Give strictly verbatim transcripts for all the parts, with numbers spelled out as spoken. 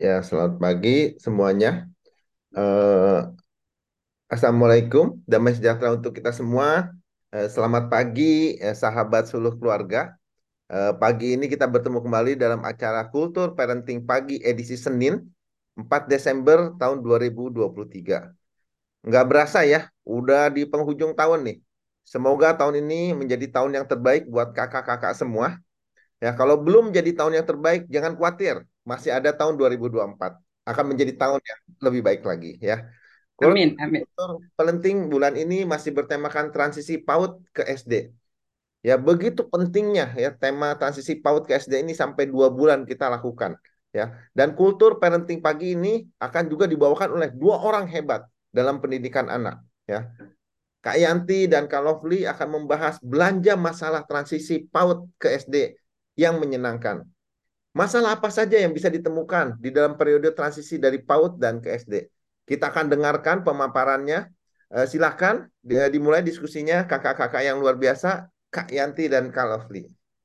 Ya, selamat pagi semuanya. Eh, Assalamualaikum, damai sejahtera untuk kita semua. Eh, selamat pagi, eh, sahabat seluruh keluarga. Eh, pagi ini kita bertemu kembali dalam acara Kultur Parenting Pagi edisi Senin, empat Desember tahun dua ribu dua puluh tiga. Nggak berasa ya, udah di penghujung tahun nih. Semoga tahun ini menjadi tahun yang terbaik buat kakak-kakak semua. Ya, kalau belum jadi tahun yang terbaik, jangan khawatir. Masih ada tahun dua ribu dua puluh empat. Akan menjadi tahun yang lebih baik lagi ya. Amin, amin. Kultur penting bulan ini masih bertemakan transisi PAUD ke S D. Ya, begitu pentingnya ya tema transisi PAUD ke S D ini sampai dua bulan kita lakukan. Ya, dan kultur parenting pagi ini akan juga dibawakan oleh dua orang hebat dalam pendidikan anak. Ya, Kak Yanti dan Kak Lovely akan membahas belanja masalah transisi PAUD ke S D yang menyenangkan. Masalah apa saja yang bisa ditemukan di dalam periode transisi dari PAUD dan ke S D? Kita akan dengarkan pemaparannya. Eh, silakan di- dimulai diskusinya kakak-kakak yang luar biasa, Kak Yanti dan Kak Lovely.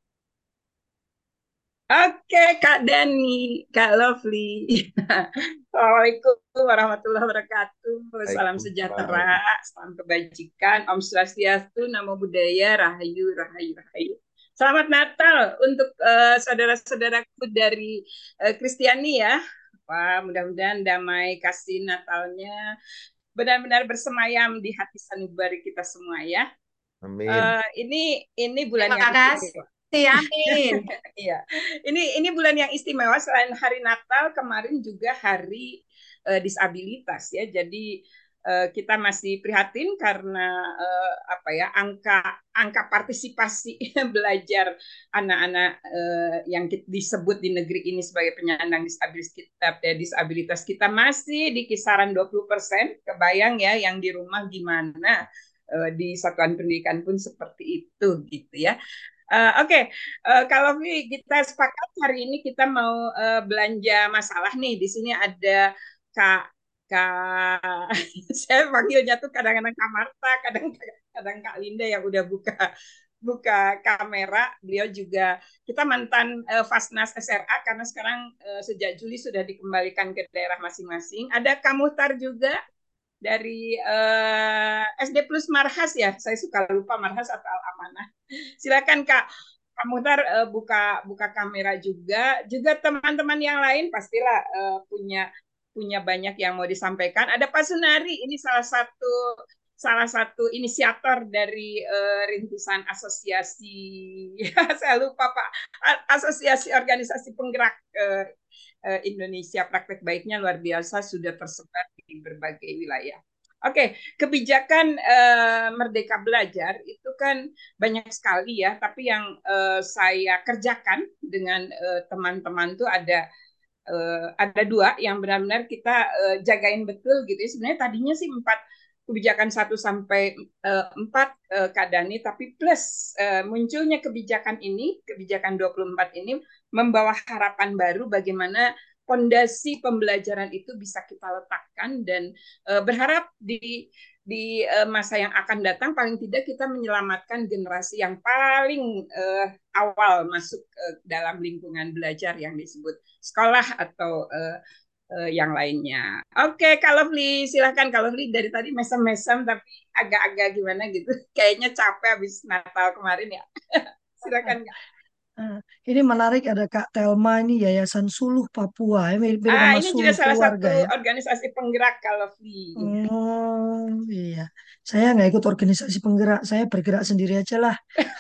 Oke, Kak Dani, Kak Lovely. Assalamualaikum warahmatullahi wabarakatuh. Salam Waalaikumsalam. sejahtera, salam kebajikan, Om Swastiastu, Namo Buddhaya, Rahayu, Rahayu, Rahayu. Selamat Natal untuk eh, saudara-saudaraku dari eh, Kristiani ya. Wah, mudah-mudahan damai kasih Natalnya benar-benar bersemayam di hati sanubari kita semua ya. Amin. Eh, ini ini bulan Terima yang istimewa. kasih, amin. Iya, ini ini bulan yang istimewa. Selain hari Natal, kemarin juga hari eh, disabilitas ya. Jadi eh, kita masih prihatin karena eh, apa ya angka angka partisipasi belajar anak-anak eh, yang disebut di negeri ini sebagai penyandang disabilitas kita, eh, disabilitas kita masih di kisaran dua puluh persen. Kebayang ya yang di rumah gimana eh, di satuan pendidikan pun seperti itu gitu ya. Uh, Oke, okay. uh, kalau kita sepakat hari ini kita mau uh, belanja masalah nih. Di sini ada Kak Kak saya panggilnya tuh kadang-kadang Kak Marta, kadang-kadang Kak Linda yang udah buka buka kamera. Beliau juga kita mantan uh, Fasnas S R A karena sekarang uh, sejak Juli sudah dikembalikan ke daerah masing-masing. Ada Kak Muhtar juga dari uh, S D Plus Marhas ya. Saya suka lupa Marhas atau Al Amanah. Silakan Kak. Kak Muhtar uh, buka buka kamera juga. Juga teman-teman yang lain pastilah uh, punya punya banyak yang mau disampaikan. Ada Pak Sunari, ini salah satu salah satu inisiator dari uh, rintisan asosiasi ya saya lupa Pak asosiasi organisasi penggerak uh, uh, Indonesia praktek baiknya luar biasa sudah tersebar di berbagai wilayah. Oke, kebijakan uh, Merdeka Belajar itu kan banyak sekali ya, tapi yang uh, saya kerjakan dengan uh, teman-teman tuh ada uh, ada dua yang benar-benar kita uh, jagain betul gitu. Sebenarnya tadinya sih empat kebijakan satu sampai uh, empat uh, Kak Dani, tapi plus uh, munculnya kebijakan ini, kebijakan dua puluh empat ini membawa harapan baru bagaimana fondasi pembelajaran itu bisa kita letakkan dan uh, berharap di di uh, masa yang akan datang paling tidak kita menyelamatkan generasi yang paling uh, awal masuk uh, dalam lingkungan belajar yang disebut sekolah atau uh, uh, yang lainnya. Oke, Kak Lovely, silahkan Kak Lovely dari tadi mesem-mesem tapi agak-agak gimana gitu. Kayaknya capek habis Natal kemarin ya. Silakan Kak. Eh, Ini menarik ada Kak Telma ini Yayasan Suluh Papua, ya, mirip-mirip Ah, sama ini juga Suluh salah satu Keluarga ya. organisasi penggerak Kak Lovely. Oh iya, saya nggak ikut organisasi penggerak, saya bergerak sendiri aja lah.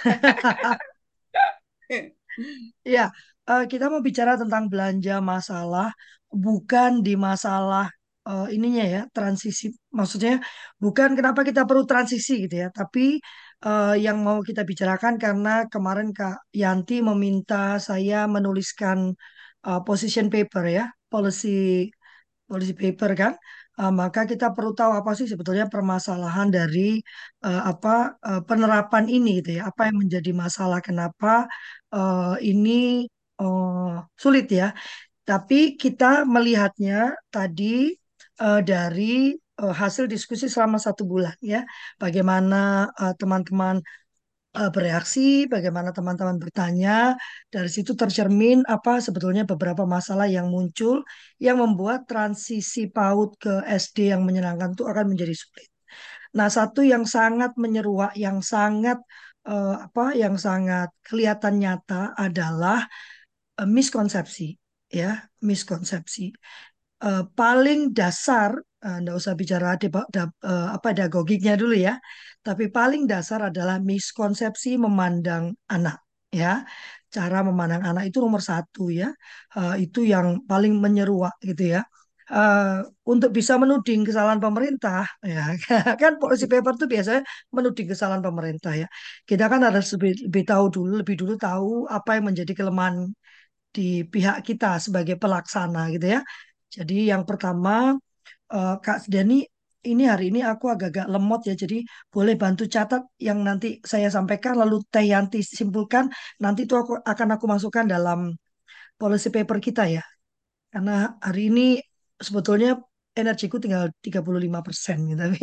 Iya, eh, kita mau bicara tentang belanja masalah, bukan di masalah eh, ininya ya, transisi. Maksudnya bukan kenapa kita perlu transisi gitu ya, tapi eh, yang mau kita bicarakan karena kemarin Kak Yanti meminta saya menuliskan eh, position paper ya, policy policy paper kan. Eh, maka kita perlu tahu apa sih sebetulnya permasalahan dari eh, apa eh, penerapan ini gitu ya, apa yang menjadi masalah, kenapa eh, ini eh, sulit ya. Tapi kita melihatnya tadi eh, dari eh, hasil diskusi selama satu bulan ya, bagaimana eh, teman-teman eh, bereaksi, bagaimana teman-teman bertanya. Dari situ tercermin apa sebetulnya beberapa masalah yang muncul yang membuat transisi PAUD ke S D yang menyenangkan itu akan menjadi sulit. Nah, satu yang sangat menyeruak, yang sangat eh, apa, yang sangat kelihatan nyata adalah eh, miskonsepsi, ya, miskonsepsi. Eh, paling dasar, eh, nggak usah bicara deba- da- eh, apa pedagogiknya dulu ya, tapi paling dasar adalah miskonsepsi memandang anak, ya. Cara memandang anak itu nomor satu ya. Eh, itu yang paling menyeruak gitu ya. Eh, untuk bisa menuding kesalahan pemerintah, ya kan policy paper itu biasanya menuding kesalahan pemerintah ya. Kita kan harus lebih, lebih tahu dulu, lebih dulu tahu apa yang menjadi kelemahan di pihak kita sebagai pelaksana gitu ya. Jadi yang pertama, eh, Kak Dani, ini hari ini aku agak-agak lemot ya, jadi boleh bantu catat yang nanti saya sampaikan, lalu Teh Yanti simpulkan, nanti itu aku akan aku masukkan dalam policy paper kita ya. Karena hari ini sebetulnya energiku tinggal tiga puluh lima persen gitu. Tapi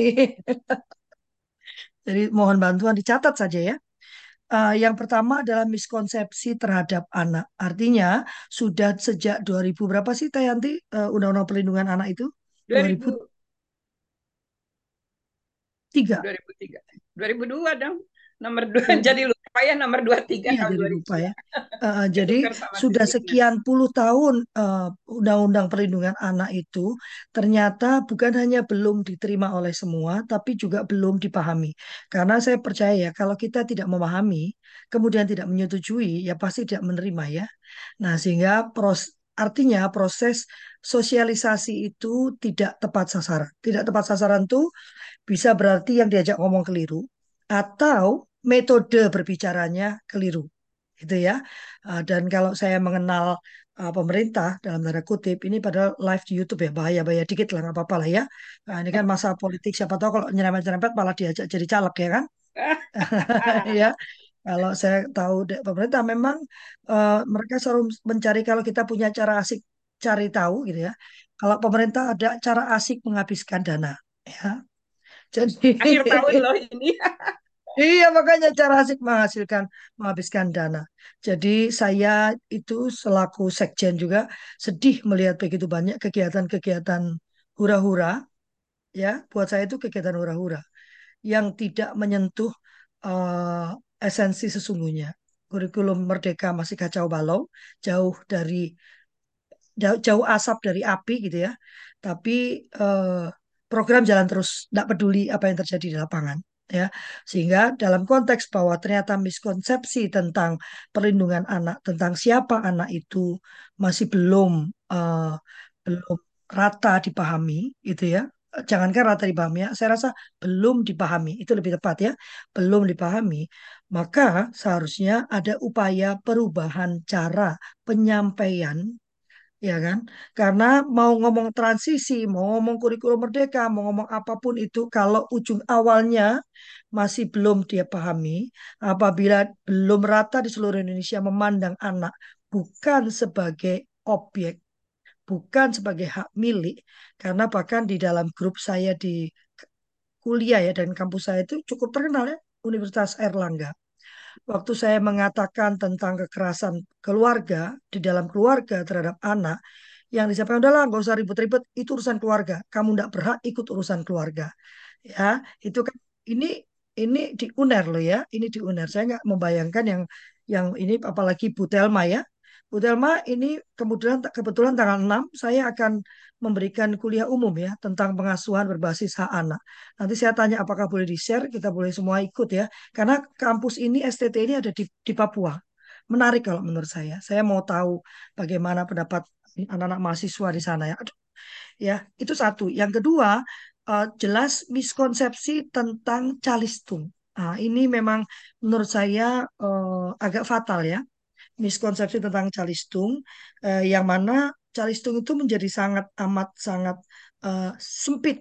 jadi mohon bantuan dicatat saja ya. Eh, yang pertama adalah miskonsepsi terhadap anak. Artinya sudah sejak dua ribu berapa sih Teh Yanti, eh, Undang-Undang Perlindungan Anak itu? dua ribu, dua ribu tiga. dua ribu tiga, dua ribu dua dong. Nomor dua jadi lupa ya nomor dua puluh tiga Iya tahun jadi dua ribu lupa dua ya. Eh, jadi Ketukar sama sudah Sisdiknas. sekian puluh tahun eh, Undang-Undang Perlindungan Anak itu ternyata bukan hanya belum diterima oleh semua, tapi juga belum dipahami. Karena saya percaya ya, kalau kita tidak memahami, kemudian tidak menyetujui, ya pasti tidak menerima ya. Nah sehingga pros, artinya proses sosialisasi itu tidak tepat sasaran. Tidak tepat sasaran itu bisa berarti yang diajak ngomong keliru atau metode berbicaranya keliru, gitu ya. Uh, Dan kalau saya mengenal uh, pemerintah dalam tanda kutip ini padahal live di YouTube ya, bahaya-bahaya dikit lah nggak apa-apa lah ya. Nah, ini kan masa politik, siapa tahu kalau nyerempet-nyerempet malah diajak jadi caleg ya kan. Ya, kalau saya tahu dek pemerintah memang uh, mereka selalu mencari, kalau kita punya cara asik cari tahu gitu ya. Kalau pemerintah ada cara asik menghabiskan dana, ya. Jadi Akhir tahun loh ini. iya, makanya cara asik menghasilkan menghabiskan dana. Jadi saya itu selaku sekjen juga sedih melihat begitu banyak kegiatan-kegiatan hura-hura, ya. Buat saya itu kegiatan hura-hura yang tidak menyentuh eh, esensi sesungguhnya. Kurikulum Merdeka masih kacau balau, jauh dari jauh, jauh asap dari api gitu ya. Tapi eh, program jalan terus, tidak peduli apa yang terjadi di lapangan. Ya, sehingga dalam konteks bahwa ternyata miskonsepsi tentang perlindungan anak, tentang siapa anak itu masih belum eh, belum rata dipahami, itu ya. Jangankan rata dipahami ya, saya rasa belum dipahami, itu lebih tepat ya, belum dipahami. Maka seharusnya ada upaya perubahan cara penyampaian, ya kan? Karena mau ngomong transisi, mau ngomong kurikulum merdeka, mau ngomong apapun itu, kalau ujung awalnya masih belum dia pahami, apabila belum rata di seluruh Indonesia memandang anak bukan sebagai objek, bukan sebagai hak milik, karena bahkan di dalam grup saya di kuliah ya dan kampus saya itu cukup terkenal ya, Universitas Airlangga. Waktu saya mengatakan tentang kekerasan keluarga di dalam keluarga terhadap anak, yang disampaikan udahlah nggak usah ribet-ribet, itu urusan keluarga. Kamu tidak berhak ikut urusan keluarga. Ya, itu kan ini ini di UNER loh ya, ini di UNER. Saya nggak membayangkan yang yang ini apalagi Bu Telma ya. Bu Telma ini kemudian kebetulan tanggal enam saya akan memberikan kuliah umum ya tentang pengasuhan berbasis hak anak. Nanti saya tanya apakah boleh di-share, kita boleh semua ikut ya. Karena kampus ini S T T ini ada di, di Papua. Menarik kalau menurut saya. Saya mau tahu bagaimana pendapat anak-anak mahasiswa di sana ya. Aduh, ya, itu satu. Yang kedua, eh, jelas miskonsepsi tentang calistung. Nah, ini memang menurut saya eh, agak fatal ya. Miskonsepsi tentang calistung, eh, yang mana calistung itu menjadi sangat amat sangat eh, sempit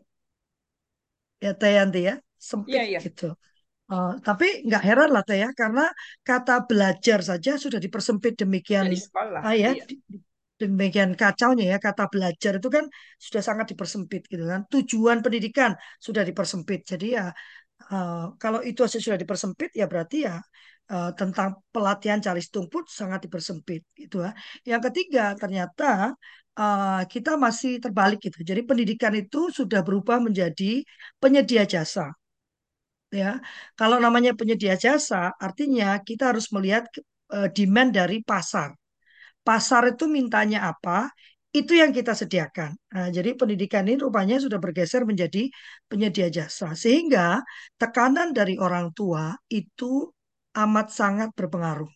ya Teh Yanti ya, Iya, sempit iya. gitu. Eh, tapi nggak heran lah Teh ya, karena kata belajar saja sudah dipersempit demikian, Dari sekolah. ah ya, Iya. di- di- demikian kacaunya ya, kata belajar itu kan sudah sangat dipersempit gitu kan. Tujuan pendidikan sudah dipersempit. Jadi ya Eh, kalau itu aja sudah dipersempit, ya berarti ya eh, tentang pelatihan calistung pun sangat dipersempit gitu ya. Yang ketiga, ternyata eh, kita masih terbalik gitu. Jadi pendidikan itu sudah berubah menjadi penyedia jasa ya. Kalau namanya penyedia jasa, artinya kita harus melihat eh, demand dari pasar. Pasar itu mintanya apa, itu yang kita sediakan. Nah, jadi pendidikan ini rupanya sudah bergeser menjadi penyedia jasa. Sehingga tekanan dari orang tua itu amat sangat berpengaruh.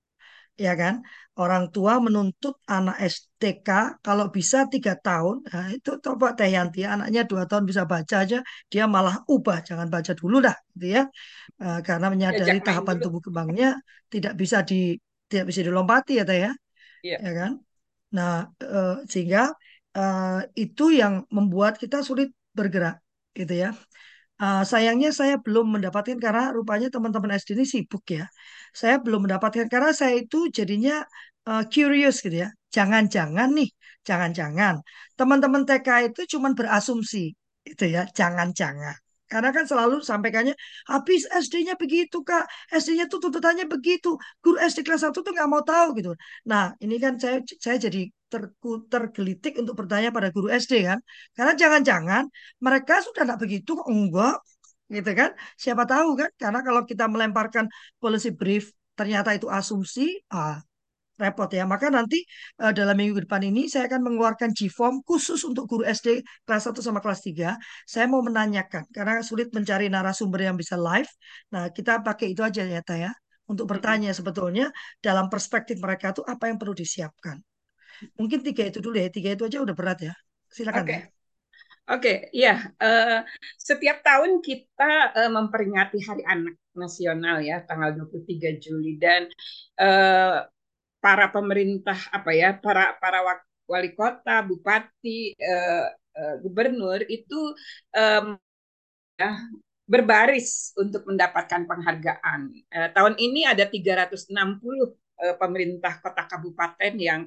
Ya kan? Orang tua menuntut anak S T K kalau bisa tiga tahun. Nah, itu coba Teh Yanti, anaknya dua tahun bisa baca aja, dia malah ubah, jangan baca dulu dah, gitu ya. Eh, karena menyadari Diajak main tahapan dulu. tubuh kembangnya tidak bisa di tidak bisa dilompati ya Teh ya, Iya. ya kan? Nah, eh, sehingga eh, itu yang membuat kita sulit bergerak, gitu ya. Eh, sayangnya saya belum mendapatkan karena rupanya teman-teman S D ini sibuk ya. Saya belum mendapatkan karena saya itu jadinya eh, curious gitu ya. Jangan-jangan nih, jangan-jangan teman-teman T K itu cuman berasumsi, itu ya. Jangan-jangan. Karena kan selalu sampaikannya, habis S D-nya begitu Kak, S D-nya tuh tuntutannya begitu. Guru S D kelas satu tuh nggak mau tahu gitu. Nah, ini kan saya saya jadi terku- tergelitik untuk bertanya pada guru S D kan. Karena jangan-jangan mereka sudah tidak begitu kok, enggak gitu kan. Siapa tahu kan, karena kalau kita melemparkan policy brief ternyata itu asumsi, ah repot ya. Maka nanti eh, dalam minggu depan ini saya akan mengeluarkan G-form khusus untuk guru S D kelas satu sama kelas tiga. Saya mau menanyakan karena sulit mencari narasumber yang bisa live. Nah, kita pakai itu aja ya, Taya, untuk Mm-mm. bertanya sebetulnya dalam perspektif mereka tuh apa yang perlu disiapkan. Mungkin tiga itu dulu ya, tiga itu aja udah berat ya. Silakan ya. Oke. Oke, iya. eh, Setiap tahun kita eh, memperingati Hari Anak Nasional ya, tanggal dua puluh tiga Juli dan eh, para pemerintah apa ya, para para wak- wali kota, bupati, eh, eh, gubernur itu em, ya, berbaris untuk mendapatkan penghargaan. Eh, tahun ini ada tiga ratus enam puluh eh, pemerintah kota kabupaten yang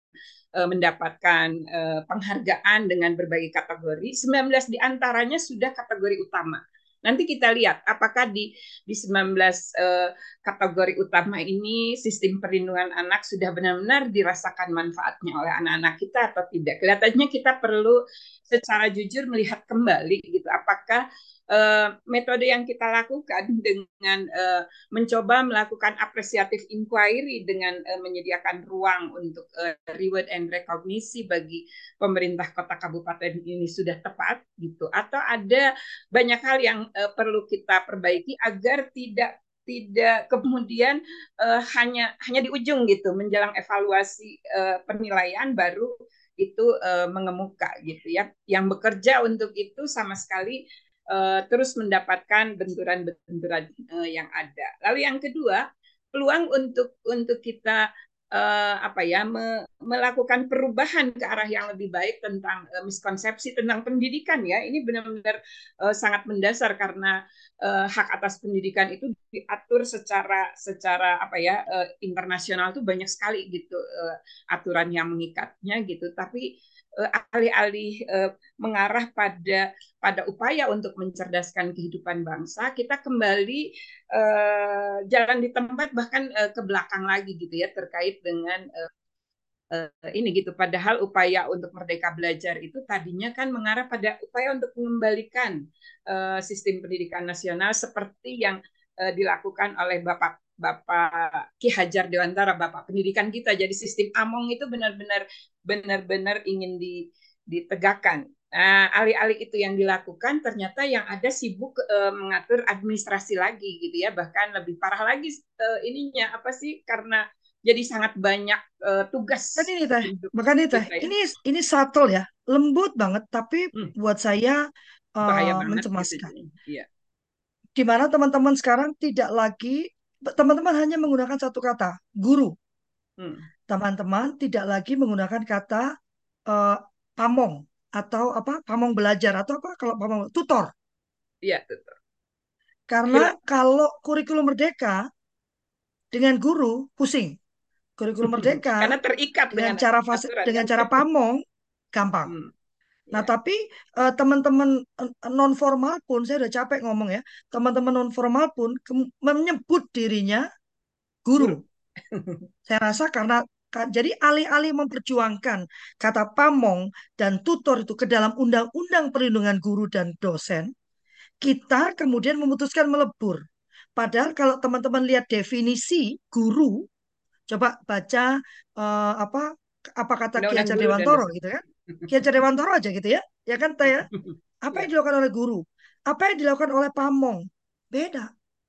eh, mendapatkan eh, penghargaan dengan berbagai kategori. sembilan belas diantaranya sudah kategori utama. Nanti kita lihat apakah di di sembilan belas eh, kategori utama ini sistem perlindungan anak sudah benar-benar dirasakan manfaatnya oleh anak-anak kita atau tidak. Kelihatannya kita perlu secara jujur melihat kembali gitu apakah eh, metode yang kita lakukan dengan eh, mencoba melakukan apresiatif inquiry dengan uh, menyediakan ruang untuk uh, reward and recognition bagi pemerintah kota kabupaten ini sudah tepat gitu atau ada banyak hal yang uh, perlu kita perbaiki agar tidak tidak kemudian uh, hanya hanya di ujung gitu menjelang evaluasi uh, penilaian baru itu uh, mengemuka gitu ya yang bekerja untuk itu sama sekali uh, terus mendapatkan benturan-benturan uh, yang ada. Lalu yang kedua, peluang untuk untuk kita uh, apa ya me, melakukan perubahan ke arah yang lebih baik tentang uh, miskonsepsi tentang pendidikan ya. Ini benar-benar uh, sangat mendasar karena uh, hak atas pendidikan itu diatur secara secara apa ya uh, internasional tuh banyak sekali gitu uh, aturan yang mengikatnya gitu. Tapi uh, alih-alih uh, mengarah pada pada upaya untuk mencerdaskan kehidupan bangsa, kita kembali uh, jalan di tempat bahkan uh, ke belakang lagi gitu ya terkait dengan uh, uh, ini gitu. Padahal upaya untuk merdeka belajar itu tadinya kan mengarah pada upaya untuk mengembalikan uh, sistem pendidikan nasional seperti yang uh, dilakukan oleh Bapak Bapak Ki Hajar Dewantara, Bapak pendidikan kita. Jadi sistem Among itu benar-benar benar-benar ingin di, ditegakkan. Nah, alih-alih itu yang dilakukan, ternyata yang ada sibuk uh, mengatur administrasi lagi gitu ya, bahkan lebih parah lagi uh, ininya apa sih? Karena jadi sangat banyak uh, Dan tugas ini teh, untuk bahkan ini teh, kita ya. ini ini subtle ya, lembut banget, tapi Hmm, buat saya bahaya eh, banget gitu. mencemaskan. Iya. Di mana teman-teman sekarang tidak lagi, teman-teman hanya menggunakan satu kata, guru. Hmm. Teman-teman tidak lagi menggunakan kata eh, pamong atau apa, pamong belajar atau apa kalau pamong tutor. Iya, betul. Karena Hilang. kalau kurikulum merdeka dengan guru pusing. Kurikulum merdeka Karena terikat dengan dengan cara fase, aturan dengan kan. cara pamong gampang. Hmm. Nah, Ya. tapi eh, teman-teman non formal pun, saya udah capek ngomong ya, teman-teman non formal pun ke- menyebut dirinya guru. Guru. Saya rasa karena ka- jadi alih-alih memperjuangkan kata pamong dan tutor itu ke dalam undang-undang perlindungan guru dan dosen, kita kemudian memutuskan melebur. Padahal kalau teman-teman lihat definisi guru, coba baca eh, apa apa kata Ki Undang-undang Hajar guru dan Dewantoro dosen. gitu kan. Ki Hajar Dewantoro aja gitu ya. Ya kan Taya? Apa yang Ya. dilakukan oleh guru? Apa yang dilakukan oleh pamong? Beda,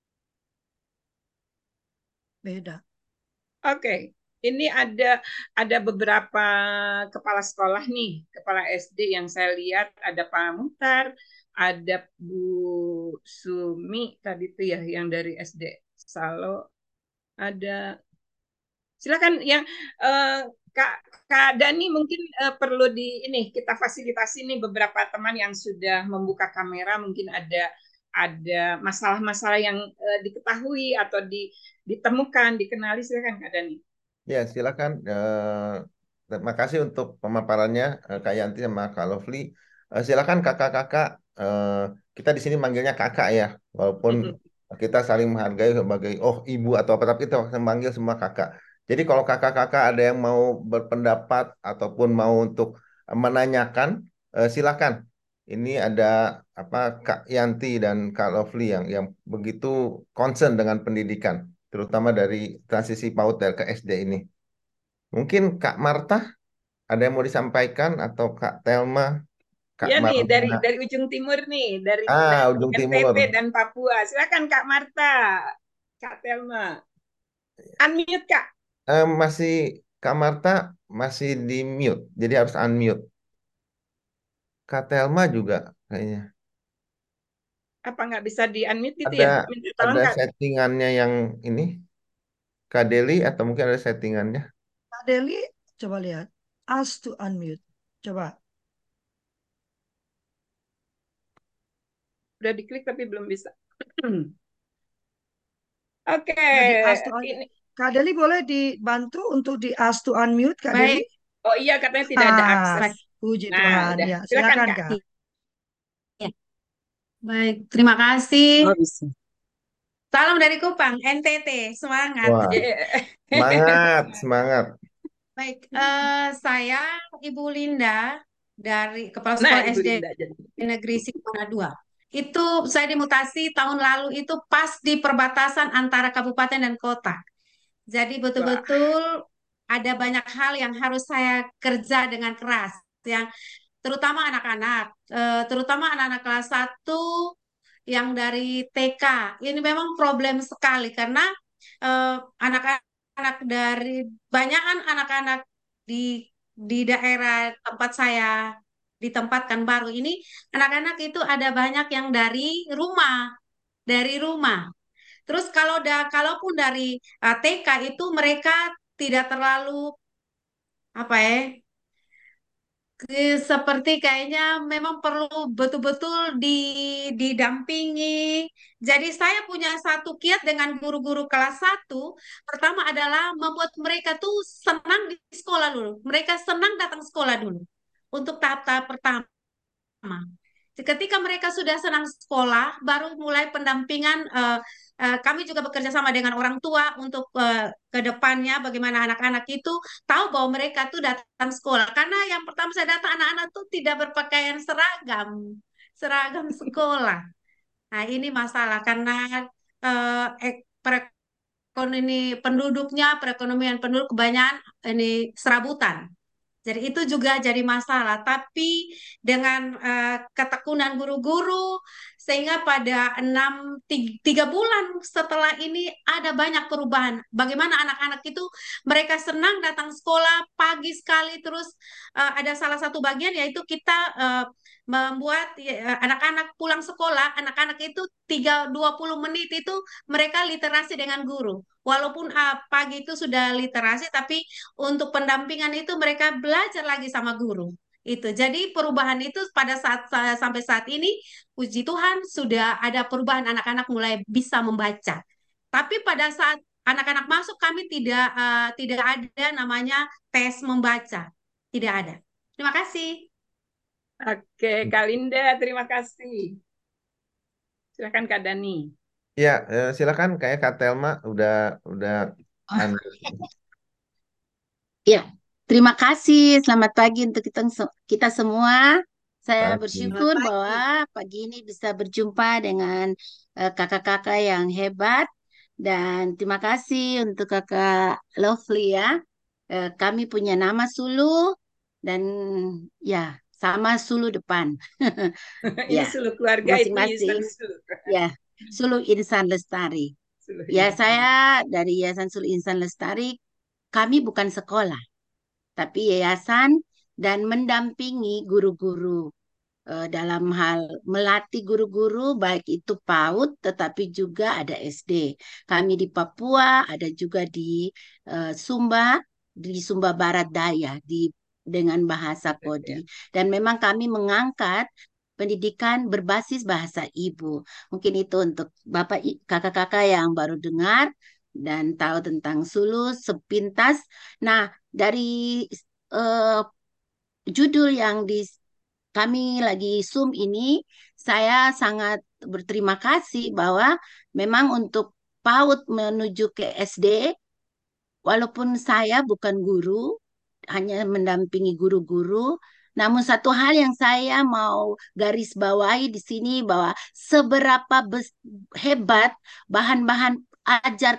beda. Oke, ini ada ada beberapa kepala sekolah nih, kepala S D yang saya lihat ada Pak Muhtar, ada Bu Sumi tadi tuh ya yang dari S D Salo, ada silakan yang eh, Kak Kak Dani mungkin eh, perlu di ini kita fasilitasi nih beberapa teman yang sudah membuka kamera mungkin ada ada masalah-masalah yang eh, diketahui atau di, ditemukan dikenali silakan Kak Dani. Ya, silakan. Eh, terima kasih untuk pemaparannya, eh, Kak Yanti sama Kak Lovely. Eh, silakan kakak-kakak. eh, kita di sini manggilnya kakak ya, walaupun kita saling menghargai sebagai oh ibu atau apa, tapi kita manggil semua kakak. Jadi kalau kakak-kakak ada yang mau berpendapat ataupun mau untuk menanyakan, eh, silakan. Ini ada apa Kak Yanti dan Kak Lovely yang yang begitu concern dengan pendidikan, terutama dari transisi PAUD dari ke S D ini. Mungkin Kak Marta ada yang mau disampaikan atau Kak Telma, Kak Ya nih dari Marlina. dari ujung timur nih dari Ah, dari ujung N T T timur. dan Papua. Silakan Kak Marta, Kak Telma. Unmute Kak. Eh, masih Kak Marta masih di mute, jadi harus unmute. Kak Telma juga kayaknya. Apa nggak bisa di unmute gitu Ada ya? Minta tolong ada Kak. settingannya yang ini, Kak Deli atau mungkin ada settingannya. Kak Deli, coba lihat. Ask to unmute. Coba. Udah diklik tapi belum bisa. Oke, Udah di ask to un- ini Kak Deli boleh dibantu untuk di ask to unmute, Kak Deli? Baik, oh iya katanya tidak ada Ah, akses. baik. puji Nah, Tuhan. udah. Ya, Silakan silakan Kak. Kak. Ya, baik. Terima kasih. Oh, bisa. Salam dari Kupang, N T T. Semangat. Wah, semangat, semangat. Baik, eh, saya Ibu Linda dari Kepala Nah, Sekolah Ibu S D Linda jadi. Negeri Singkawang dua. Itu saya dimutasi tahun lalu itu pas di perbatasan antara kabupaten dan kota. Jadi Wah, betul-betul ada banyak hal yang harus saya kerja dengan keras. Yang terutama anak-anak, eh, terutama anak-anak kelas satu yang dari T K. Ini memang problem sekali karena eh, anak-anak dari banyakan anak-anak di di daerah tempat saya ditempatkan baru ini, anak-anak itu ada banyak yang dari rumah, dari rumah. Terus kalau da, kalaupun dari eh, T K itu mereka tidak terlalu apa ya, ke- seperti kayaknya memang perlu betul-betul di, didampingi. Jadi saya punya satu kiat dengan guru-guru kelas satu. Pertama adalah membuat mereka tuh senang di sekolah dulu. Mereka senang datang sekolah dulu. Untuk tahap-tahap pertama. Ketika mereka sudah senang sekolah, baru mulai pendampingan. eh, eh, kami juga bekerja sama dengan orang tua untuk eh, ke depannya bagaimana anak-anak itu tahu bahwa mereka tuh datang sekolah. Karena yang pertama saya datang anak-anak tuh tidak berpakaian seragam, seragam sekolah. Nah ini masalah karena eh, ek- perekon ini penduduknya, perekonomian penduduk kebanyakan ini serabutan. Jadi itu juga jadi masalah. Tapi dengan eh, ketekunan guru-guru, sehingga pada enam ti- tiga bulan setelah ini ada banyak perubahan. Bagaimana anak-anak itu mereka senang datang sekolah pagi sekali. Terus eh, ada salah satu bagian yaitu kita eh, membuat ya, anak-anak pulang sekolah, anak-anak itu tiga dua puluh menit itu mereka literasi dengan guru. Walaupun ah, pagi itu sudah literasi, tapi untuk pendampingan itu mereka belajar lagi sama guru. Itu. Jadi perubahan itu pada saat sa- sampai saat ini puji Tuhan sudah ada perubahan anak-anak mulai bisa membaca. Tapi pada saat anak-anak masuk kami tidak eh, tidak ada namanya tes membaca. Tidak ada. Terima kasih. Oke, Kak Linda, terima kasih. Silakan Kak Dani. Ya, eh, silakan kayak Kak Telma udah udah anu. Ya, terima kasih. Selamat pagi untuk kita, kita semua. Saya Pagi. bersyukur bahwa pagi ini bisa berjumpa dengan eh, kakak-kakak yang hebat. Dan terima kasih untuk kakak Lovely ya. Eh, kami punya nama Sulu dan ya sama Sulu depan. Ini Ya, seluruh keluarga itu masing-masing. Yayasan Sulu. Ya, Sulu Insan Lestari. Sulu Ya, Insan. saya dari Yayasan Sulu Insan Lestari. Kami bukan sekolah tapi yayasan dan mendampingi guru-guru eh, dalam hal melatih guru-guru baik itu PAUD tetapi juga ada S D. Kami di Papua, ada juga di eh, Sumba, di Sumba Barat Daya di dengan bahasa Kodi. Dan memang kami mengangkat pendidikan berbasis bahasa ibu. Mungkin itu untuk Bapak i- kakak-kakak yang baru dengar dan tahu tentang Sulu sepintas. Nah, dari eh, judul yang di kami lagi Zoom ini, saya sangat berterima kasih bahwa memang untuk PAUD menuju ke S D, walaupun saya bukan guru, hanya mendampingi guru-guru, namun satu hal yang saya mau garis bawahi di sini bahwa seberapa bes- hebat bahan-bahan ajar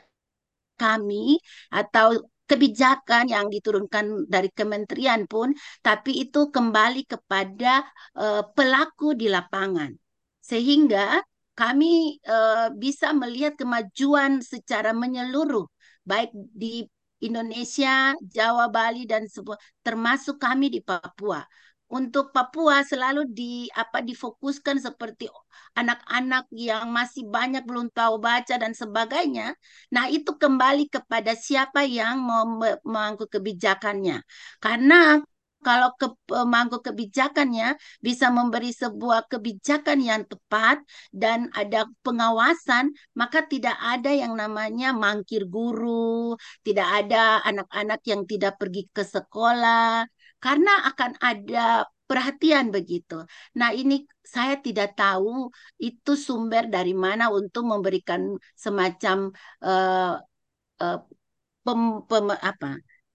kami atau kebijakan yang diturunkan dari kementerian pun, tapi itu kembali kepada eh, pelaku di lapangan. Sehingga kami eh, bisa melihat kemajuan secara menyeluruh, baik di Indonesia, Jawa, Bali, dan semua, termasuk kami di Papua. Untuk Papua selalu di apa difokuskan seperti anak-anak yang masih banyak belum tahu baca dan sebagainya. Nah, itu kembali kepada siapa yang mau memangku kebijakannya. Karena kalau ke, pemangku kebijakannya bisa memberi sebuah kebijakan yang tepat dan ada pengawasan, maka tidak ada yang namanya mangkir guru, tidak ada anak-anak yang tidak pergi ke sekolah, karena akan ada perhatian begitu. Nah, ini saya tidak tahu itu sumber dari mana untuk memberikan semacam eh, eh, pem, pem- apa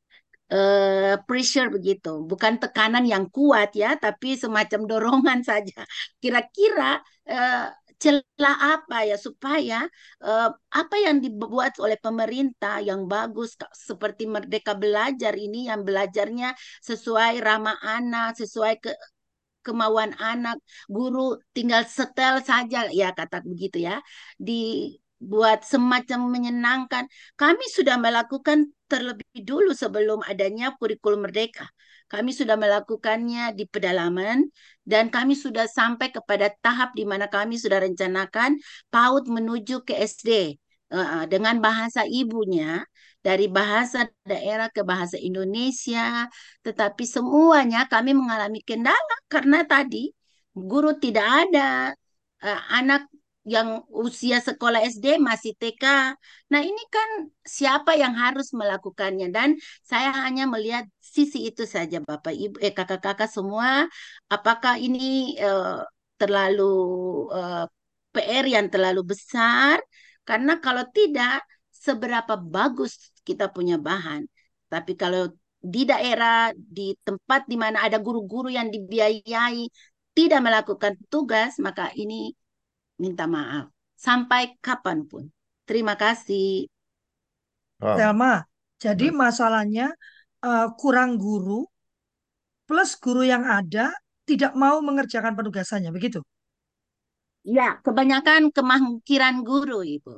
eh, pressure begitu, bukan tekanan yang kuat ya, tapi semacam dorongan saja. Kira-kira eh, celah apa ya supaya eh, apa yang dibuat oleh pemerintah yang bagus seperti Merdeka Belajar ini yang belajarnya sesuai ramah anak, sesuai ke kemauan anak, guru tinggal setel saja ya kata begitu ya, dibuat semacam menyenangkan. Kami sudah melakukan terlebih dulu sebelum adanya kurikulum merdeka. Kami sudah melakukannya di pedalaman dan kami sudah sampai kepada tahap di mana kami sudah rencanakan PAUD menuju ke S D eh, dengan bahasa ibunya dari bahasa daerah ke bahasa Indonesia, tetapi semuanya kami mengalami kendala karena tadi guru tidak ada, eh, anak yang usia sekolah S D masih T K. Nah, ini kan siapa yang harus melakukannya? Dan saya hanya melihat sisi itu saja, Bapak, Ibu, eh, kakak-kakak semua. Apakah ini eh, terlalu eh, P R yang terlalu besar? Karena kalau tidak, seberapa bagus kita punya bahan. Tapi kalau di daerah, di tempat di mana ada guru-guru yang dibiayai, tidak melakukan tugas, maka ini minta maaf. Sampai kapanpun. Terima kasih. Oh. Selma, jadi Hmm. masalahnya eh, kurang guru plus guru yang ada tidak mau mengerjakan penugasannya, begitu? Ya, kebanyakan kemangkiran guru, Ibu.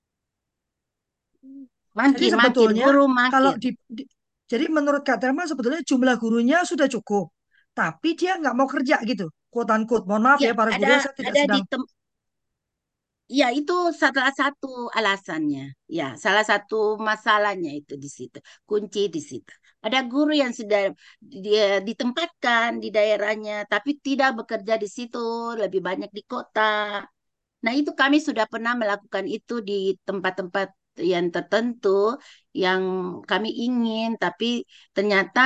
Jadi Mangkir, mangkir, sebetulnya guru kalau mangkir. di, di- jadi menurut Kak Thelma sebetulnya jumlah gurunya sudah cukup, tapi dia nggak mau kerja gitu, quote unquote. Mohon maaf Ya, ya para guru, ada saya tidak ada di sedang. tem Ya, itu salah satu alasannya. Ya, salah satu masalahnya itu di situ. Kunci di situ. Ada guru yang sudah dia ditempatkan di daerahnya, tapi tidak bekerja di situ, lebih banyak di kota. Nah, itu kami sudah pernah melakukan itu di tempat-tempat yang tertentu yang kami ingin, tapi ternyata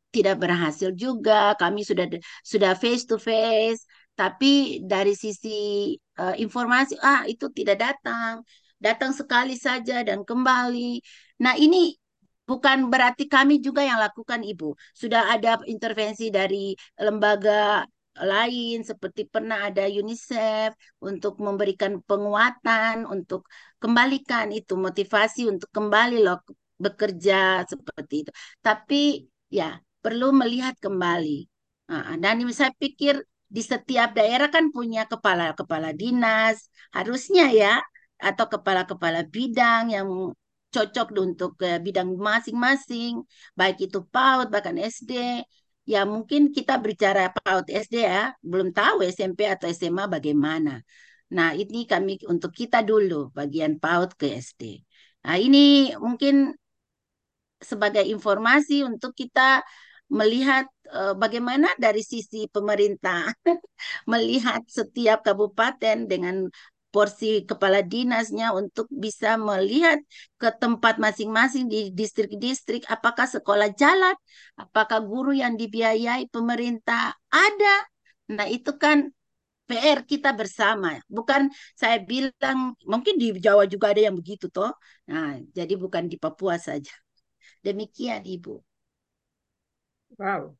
tidak berhasil juga. Kami sudah sudah face to face, tapi dari sisi uh, informasi, ah itu tidak datang, datang sekali saja dan kembali. Nah ini bukan berarti kami juga yang lakukan, Ibu. Sudah ada intervensi dari lembaga lain, seperti pernah ada UNICEF untuk memberikan penguatan, untuk kembalikan itu motivasi untuk kembali loh bekerja seperti itu. Tapi ya perlu melihat kembali. Nah, dan ini saya pikir di setiap daerah kan punya kepala-kepala dinas, harusnya ya, atau kepala-kepala bidang yang cocok untuk eh, bidang masing-masing, baik itu PAUD, bahkan S D. Ya mungkin kita bicara PAUD S D ya, belum tahu S M P atau S M A bagaimana. Nah ini kami untuk kita dulu, bagian PAUD ke S D. Nah ini mungkin sebagai informasi untuk kita melihat eh, bagaimana dari sisi pemerintah melihat setiap kabupaten dengan porsi kepala dinasnya untuk bisa melihat ke tempat masing-masing di distrik-distrik apakah sekolah jalan, apakah guru yang dibiayai pemerintah ada. Nah, itu kan P R kita bersama. Bukan saya bilang mungkin di Jawa juga ada yang begitu toh. Nah, jadi bukan di Papua saja. Demikian, Ibu. Wow.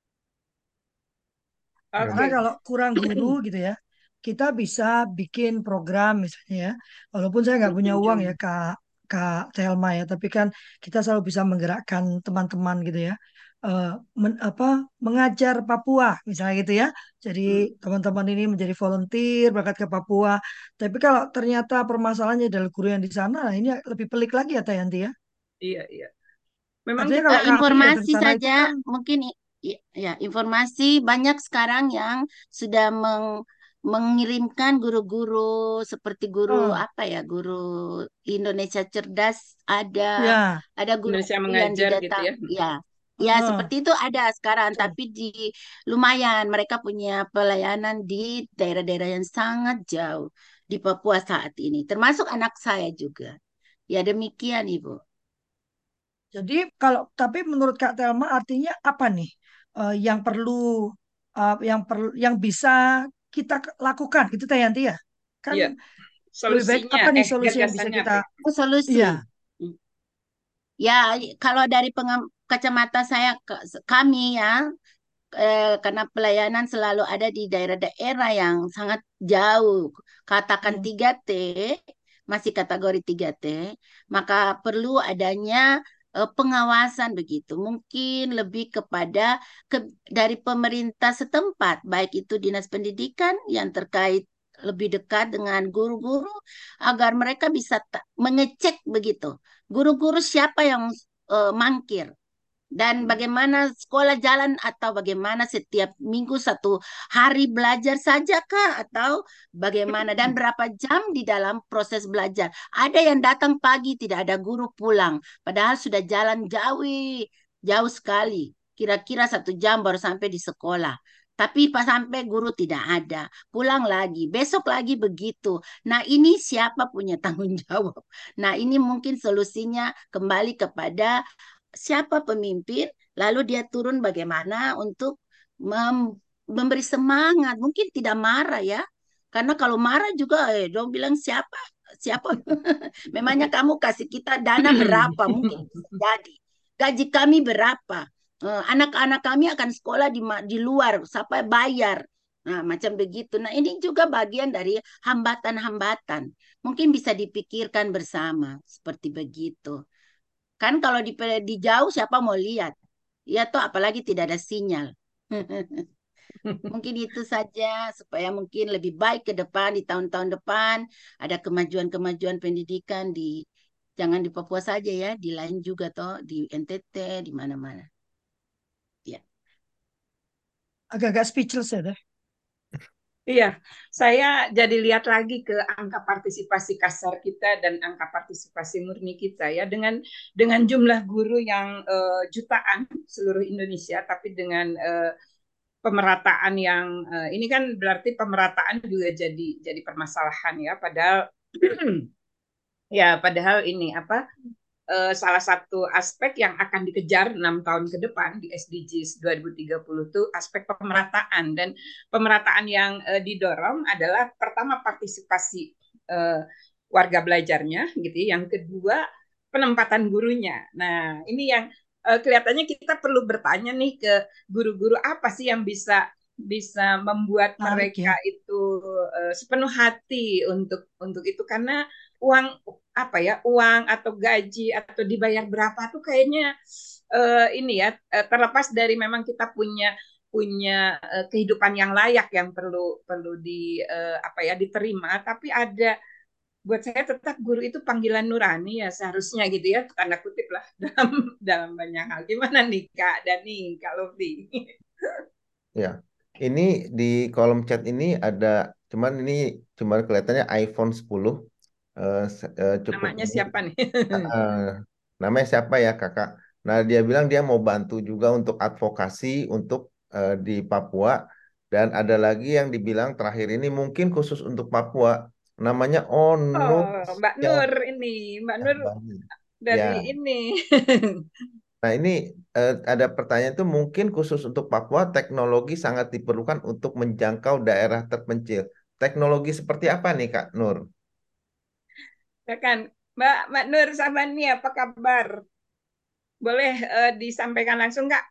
Ya, Karena Oke. kalau kurang guru gitu ya, kita bisa bikin program misalnya ya. Walaupun saya nggak punya uang ya Setuju. Kak Kak Telma ya, tapi kan kita selalu bisa menggerakkan teman-teman gitu ya. Eh, men- apa mengajar Papua misalnya gitu ya. Jadi Hmm. teman-teman ini menjadi volunteer berangkat ke Papua. Tapi kalau ternyata permasalahannya adalah guru yang di sana, nah ini lebih pelik lagi ya Tayanti ya. Iya, iya. Memang Artinya kita kalau Eh, kami yang dari informasi sana itu saja kan, mungkin i- i- ya informasi banyak sekarang yang sudah meng- mengirimkan guru-guru seperti guru oh, apa ya guru Indonesia Cerdas ada ya, ada Indonesia guru-guru yang mengajar gitu didatang ya. ya ya oh, seperti itu ada sekarang betul. tapi di lumayan mereka punya pelayanan di daerah-daerah yang sangat jauh di Papua saat ini termasuk anak saya juga ya demikian Ibu. Jadi kalau tapi menurut Kak Telma artinya apa nih eh, yang perlu eh, yang perlu yang bisa kita k- lakukan gitu Tayanti ya? Kan Iya. lebih baik Solusinya, apa nih eh solusi yang bisa gagasannya kita apa ya? Oh, iya, solusi. Ya, kalau dari pengam- kacamata saya ke- kami ya, eh, karena pelayanan selalu ada di daerah-daerah yang sangat jauh, katakan hmm, tiga T, masih kategori tiga T, maka perlu adanya eh, pengawasan begitu. Mungkin lebih kepada ke, dari pemerintah setempat, baik itu dinas pendidikan yang terkait lebih dekat dengan guru-guru agar mereka bisa ta- mengecek begitu. Guru-guru siapa yang eh, mangkir dan Hmm. bagaimana sekolah jalan atau bagaimana setiap minggu satu hari belajar saja kah atau bagaimana dan berapa jam di dalam proses belajar. Ada yang datang pagi tidak ada guru pulang padahal sudah jalan jauh jauh sekali. Kira-kira satu jam baru sampai di sekolah. Tapi pas sampai guru tidak ada, pulang lagi, besok lagi begitu. Nah ini siapa punya tanggung jawab? Nah ini mungkin solusinya kembali kepada siapa pemimpin, lalu dia turun bagaimana untuk mem- memberi semangat. Mungkin tidak marah ya, karena kalau marah juga, eh, dong bilang siapa, siapa. Memangnya kamu kasih kita dana berapa? Mungkin bisa jadi. Gaji kami berapa? Eh, Anak-anak kami akan sekolah di ma- di luar, siapa bayar? Nah, macam begitu. Nah, ini juga bagian dari hambatan-hambatan. Mungkin bisa dipikirkan bersama seperti begitu. Kan kalau di, di jauh siapa mau lihat? Ya toh apalagi tidak ada sinyal. Mungkin itu saja supaya mungkin lebih baik ke depan di tahun-tahun depan ada kemajuan-kemajuan pendidikan di jangan di Papua saja ya, di lain juga toh di N T T di mana-mana. Ya. agak-agak speechless ya deh. Iya, saya jadi lihat lagi ke angka partisipasi kasar kita dan angka partisipasi murni kita ya dengan dengan jumlah guru yang eh, jutaan seluruh Indonesia, tapi dengan eh, pemerataan yang eh, ini kan berarti pemerataan juga jadi jadi permasalahan ya. Padahal ya padahal ini apa? uh, salah satu aspek yang akan dikejar enam tahun ke depan di S D Gs dua ribu tiga puluh itu aspek pemerataan, dan pemerataan yang uh, didorong adalah pertama partisipasi uh, warga belajarnya gitu, yang kedua penempatan gurunya. Nah, ini yang uh, kelihatannya kita perlu bertanya nih ke guru-guru, apa sih yang bisa bisa membuat Menarik mereka ya. itu uh, sepenuh hati untuk untuk itu, karena uang apa ya uang atau gaji atau dibayar berapa tuh kayaknya uh, ini ya uh, terlepas dari memang kita punya punya uh, kehidupan yang layak yang perlu perlu di uh, apa ya diterima, tapi ada, buat saya tetap guru itu panggilan nurani ya seharusnya gitu ya, tanda kutip lah dalam dalam banyak hal. Gimana nih Kak Dani, Kak Lofi? Ya, ini di kolom chat ini ada, cuman ini cuman kelihatannya iPhone sepuluh. Eh, se- eh, cukup Namanya ini. siapa nih? eh, Namanya siapa ya kakak? Nah, dia bilang dia mau bantu juga untuk advokasi untuk eh, di Papua. Dan ada lagi yang dibilang terakhir ini mungkin khusus untuk Papua. Namanya Onur Oh, Mbak Nur ini, Mbak Nur Syahbani. dari Ya, ini. nah ini eh, ada pertanyaan itu, mungkin khusus untuk Papua teknologi sangat diperlukan untuk menjangkau daerah terpencil. Teknologi seperti apa nih Kak Nur? Ya kan, Mbak Mbak Nur Sabani, apa kabar? Boleh uh, disampaikan langsung Kak?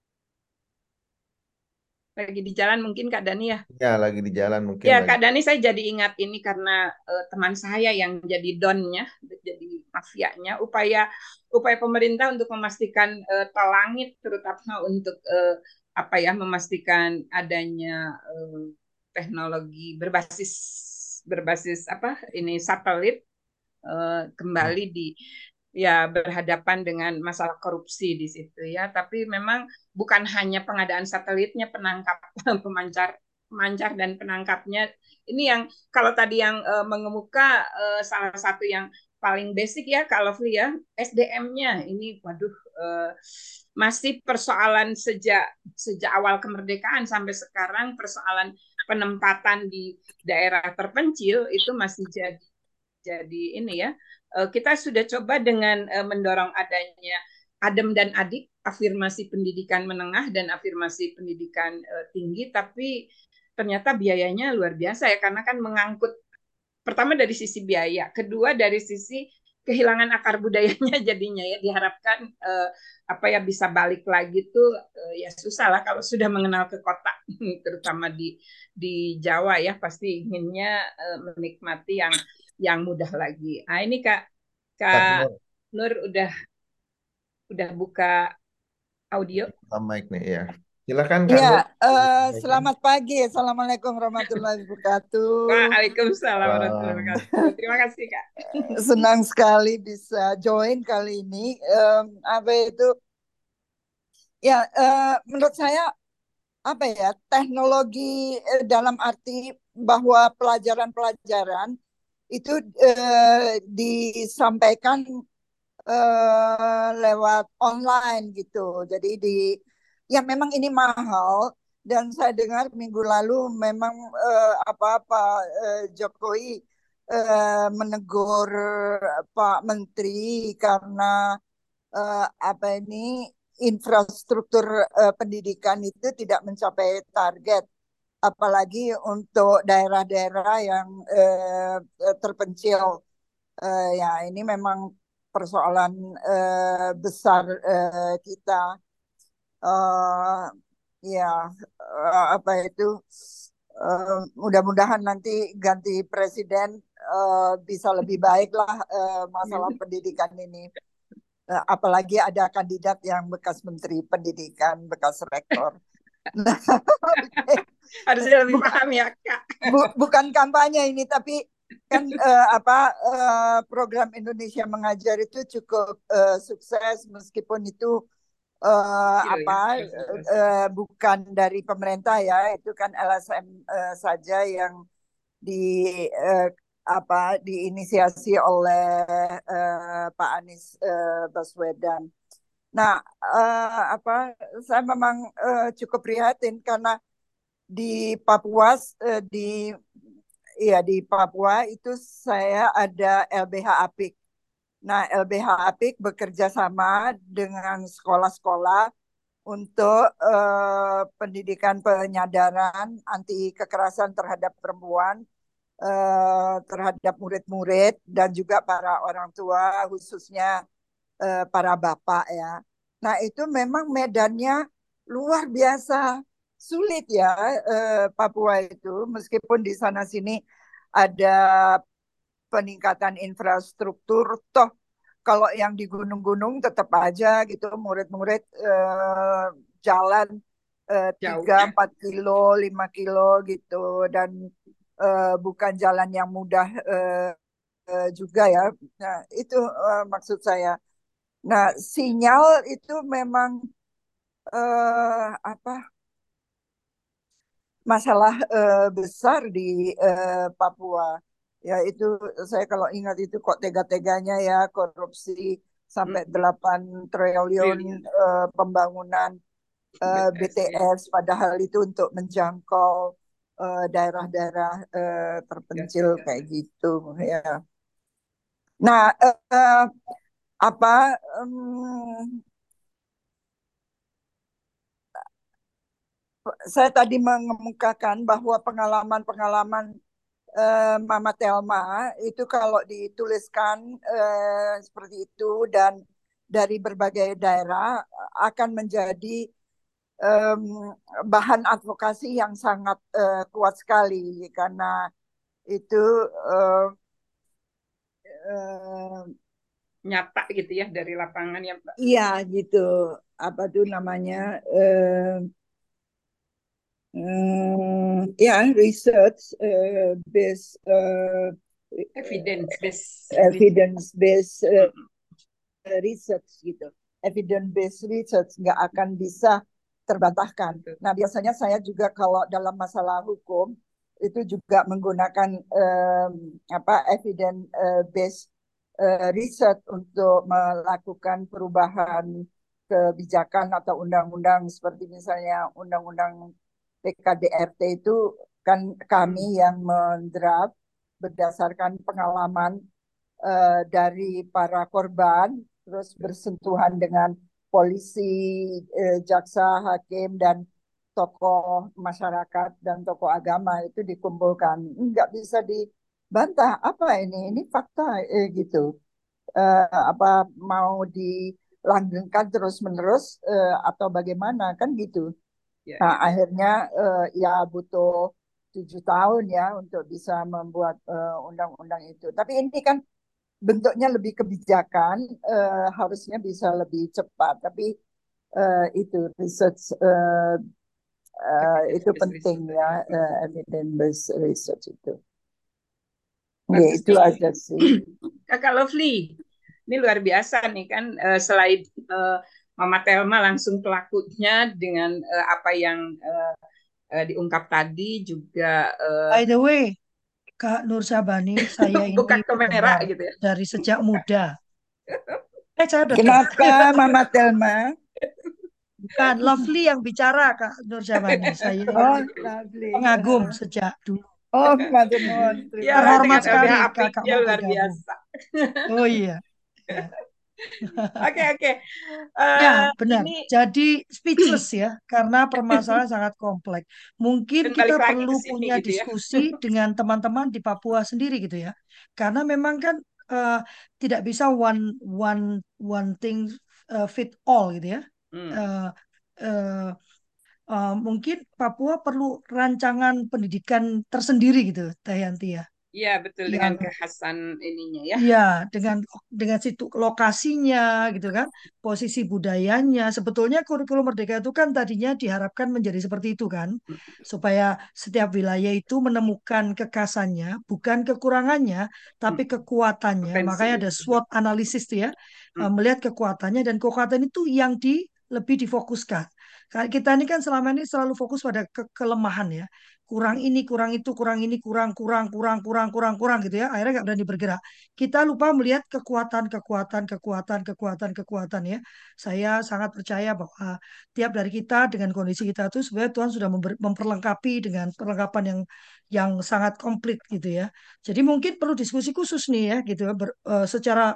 Lagi di jalan mungkin Kak Dani ya? Ya, lagi di jalan mungkin Ya lagi. Kak Dani, saya jadi ingat ini karena uh, teman saya yang jadi donnya, jadi mafianya, upaya upaya pemerintah untuk memastikan uh, tol langit, terutama untuk uh, apa ya memastikan adanya uh, teknologi berbasis berbasis apa ini satelit uh, kembali di ya berhadapan dengan masalah korupsi di situ ya. Tapi memang bukan hanya pengadaan satelitnya, penangkap pemancar pemancar dan penangkapnya ini yang kalau tadi yang uh, mengemuka uh, salah satu yang paling basic ya kalau ya S D M-nya ini waduh uh, masih persoalan sejak sejak awal kemerdekaan sampai sekarang, persoalan penempatan di daerah terpencil itu masih jadi jadi ini ya, kita sudah coba dengan mendorong adanya adem dan adik, afirmasi pendidikan menengah dan afirmasi pendidikan tinggi, tapi ternyata biayanya luar biasa ya, karena kan mengangkut pertama dari sisi biaya, kedua dari sisi kehilangan akar budayanya jadinya ya, diharapkan eh, apa ya bisa balik lagi tuh eh, ya susah lah kalau sudah mengenal ke kota terutama di di Jawa ya, pasti inginnya eh, menikmati yang yang mudah lagi. Ah ini Kak Kak Kak Nur, Nur udah udah buka audio. buka mic nih ya. Silakan Kak Iya, Nur. eh, selamat pagi. Assalamualaikum warahmatullahi wabarakatuh. Waalaikumsalam warahmatullahi Salam. wabarakatuh. Terima kasih Kak. Senang sekali bisa join kali ini. Em, apa itu? Ya, eh, menurut saya apa ya? Teknologi eh, dalam arti bahwa pelajaran-pelajaran itu eh, disampaikan eh, lewat online gitu. Jadi di ya memang ini mahal, dan saya dengar minggu lalu memang eh, apa-apa eh, Jokowi eh, menegur Pak Menteri karena eh, apa ini infrastruktur eh, pendidikan itu tidak mencapai target, apalagi untuk daerah-daerah yang eh, terpencil. Eh, ya ini memang persoalan eh, besar eh, kita. Eh, ya eh, apa itu eh, mudah-mudahan nanti ganti presiden eh, bisa lebih baik lah eh, masalah pendidikan ini. Eh, apalagi ada kandidat yang bekas menteri pendidikan, bekas rektor. Nah, okay. Harusnya lebih Bukan, paham ya Kak. bu, bukan kampanye ini, tapi kan uh, apa uh, program Indonesia Mengajar itu cukup uh, sukses, meskipun itu uh, Kecil ya, apa presentasi. uh, bukan dari pemerintah ya, itu kan L S M uh, saja yang di uh, apa diinisiasi oleh uh, Pak Anies uh, Baswedan. Nah, uh, apa saya memang uh, cukup prihatin karena di Papua uh, di ya di Papua itu saya ada L B H Apik. Nah, L B H Apik bekerja sama dengan sekolah-sekolah untuk eh, pendidikan penyadaran anti kekerasan terhadap perempuan, eh, terhadap murid-murid dan juga para orang tua, khususnya eh, para bapak ya. Nah, itu memang medannya luar biasa sulit ya, eh, Papua itu, meskipun di sana sini ada peningkatan infrastruktur, toh kalau yang di gunung-gunung tetap aja gitu murid-murid eh, jalan eh, Jauh tiga ya. empat kilo, lima kilo gitu, dan eh, bukan jalan yang mudah eh, eh, juga ya. Nah, itu eh, maksud saya. Nah, sinyal itu memang eh, apa masalah eh, besar di eh, Papua. Ya itu saya kalau ingat itu kok tega-teganya ya korupsi sampai Mm-mm. delapan triliun Triliun. eh, pembangunan eh, B T S ya. B T S padahal itu untuk menjangkau eh, daerah-daerah eh, Yes, terpencil yes. kayak gitu ya. Nah, eh, eh, apa em, saya tadi mengemukakan bahwa pengalaman-pengalaman eh, Mama Telma itu kalau dituliskan eh, seperti itu dan dari berbagai daerah akan menjadi em, bahan advokasi yang sangat eh, kuat sekali karena itu eh, eh, Nyata gitu ya dari lapangan ya, Mbak. iya gitu apa tuh namanya eh, eh, ya research eh, based eh, Evidence based research. evidence based Mm-mm. research gitu. Evidence based research nggak akan bisa terbantahkan. Betul. Nah, biasanya saya juga kalau dalam masalah hukum itu juga menggunakan um, apa evidence uh, based uh, research untuk melakukan perubahan kebijakan atau undang-undang seperti misalnya undang-undang P K D R T itu kan kami Mm. yang mendraft berdasarkan pengalaman eh, dari para korban, terus bersentuhan dengan polisi, eh, jaksa, hakim, dan tokoh masyarakat dan tokoh agama itu dikumpulkan. Nggak bisa dibantah. Apa ini? Ini fakta eh, gitu. Eh, apa mau dilanggengkan terus-menerus eh, atau bagaimana kan gitu. Ya, Nah, ya. akhirnya eh, ya butuh tujuh tahun ya untuk bisa membuat eh, undang-undang itu. Tapi ini kan bentuknya lebih kebijakan, eh, harusnya bisa lebih cepat. Tapi eh, itu research eh, eh, Evidence itu based penting research ya, tadi. Mm. eh, evidence based research itu. Ya Bagus itu nih. aja sih. Kakak Lovely, ini luar biasa nih kan eh, selain eh, Mama Telma langsung pelakunya dengan eh, apa yang eh, eh, diungkap tadi juga eh, By the way, Kak Nur Syabani, saya buka ini kamera penggemar gitu ya. dari sejak muda. Eh, saya udah tua. Kenapa Mama Telma? Bukan, Lovely yang bicara, Kak Nur Syabani. Saya ini Oh, lovely. pengagum sejak dulu. Oh, matur nuwun. Terima Ya, Terhormat dengan kasih. L B H sekali kakak Apiknya mau luar bergabung. biasa. Oh iya. Ya. Oke, oke. Ya, Eh, benar. ini Jadi speechless ya, karena permasalahan sangat kompleks. Mungkin dan kita balik lagi perlu ke sini punya gitu ya. diskusi dengan teman-teman di Papua sendiri gitu ya. Karena memang kan eh, tidak bisa one one one thing eh, fit all gitu ya. Hmm. Eh, eh, eh, Mungkin Papua perlu rancangan pendidikan tersendiri gitu, Dayanti ya. Iya, betul dengan Yang kekhasan ininya ya. Iya, dengan dengan situ lokasinya gitu kan, posisi budayanya. Sebetulnya kurikulum Merdeka itu kan tadinya diharapkan menjadi seperti itu kan, supaya setiap wilayah itu menemukan kekhasannya, bukan kekurangannya, tapi Hmm. kekuatannya. Makanya Potensinya ada betul. SWOT analisis tuh ya, Hmm. eh, melihat kekuatannya dan kekuatan itu yang di lebih difokuskan. Karena kita ini kan selama ini selalu fokus pada ke- kelemahan ya. Kurang ini, kurang itu, kurang ini, kurang, kurang, kurang, kurang, kurang, kurang gitu ya. Akhirnya nggak berani bergerak, kita lupa melihat kekuatan, kekuatan, kekuatan, kekuatan, kekuatan ya. Saya sangat percaya bahwa tiap dari kita dengan kondisi kita itu sebenarnya Tuhan sudah member- memperlengkapi dengan perlengkapan yang yang sangat komplit gitu ya. Jadi mungkin perlu diskusi khusus nih ya gitu ya, ber- eh, secara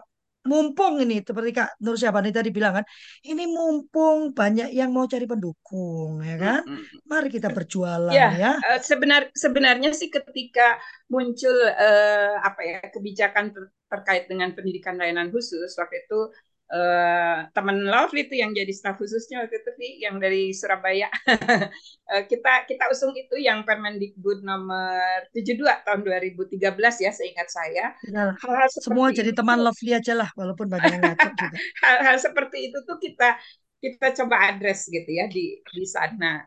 mumpung ini seperti Kak Nur Syabani tadi bilang kan, ini mumpung banyak yang mau cari pendukung ya Mm, kan. mm, mm. Mari kita berjualan Ya, ya. eh, sebenar sebenarnya sih ketika muncul eh, apa ya kebijakan ter- terkait dengan pendidikan layanan khusus waktu itu eh, teman Lovely itu yang jadi staf khususnya waktu itu Vi, yang dari Surabaya. Eh, kita kita usung itu yang Permendikbud nomor tujuh puluh dua tahun dua ribu tiga belas ya seingat saya. Kita Hal-hal semua seperti jadi itu teman tuh Lovely aja lah, walaupun banyak yang ngaco juga. hal-hal seperti itu tuh kita kita coba address gitu ya di di sana.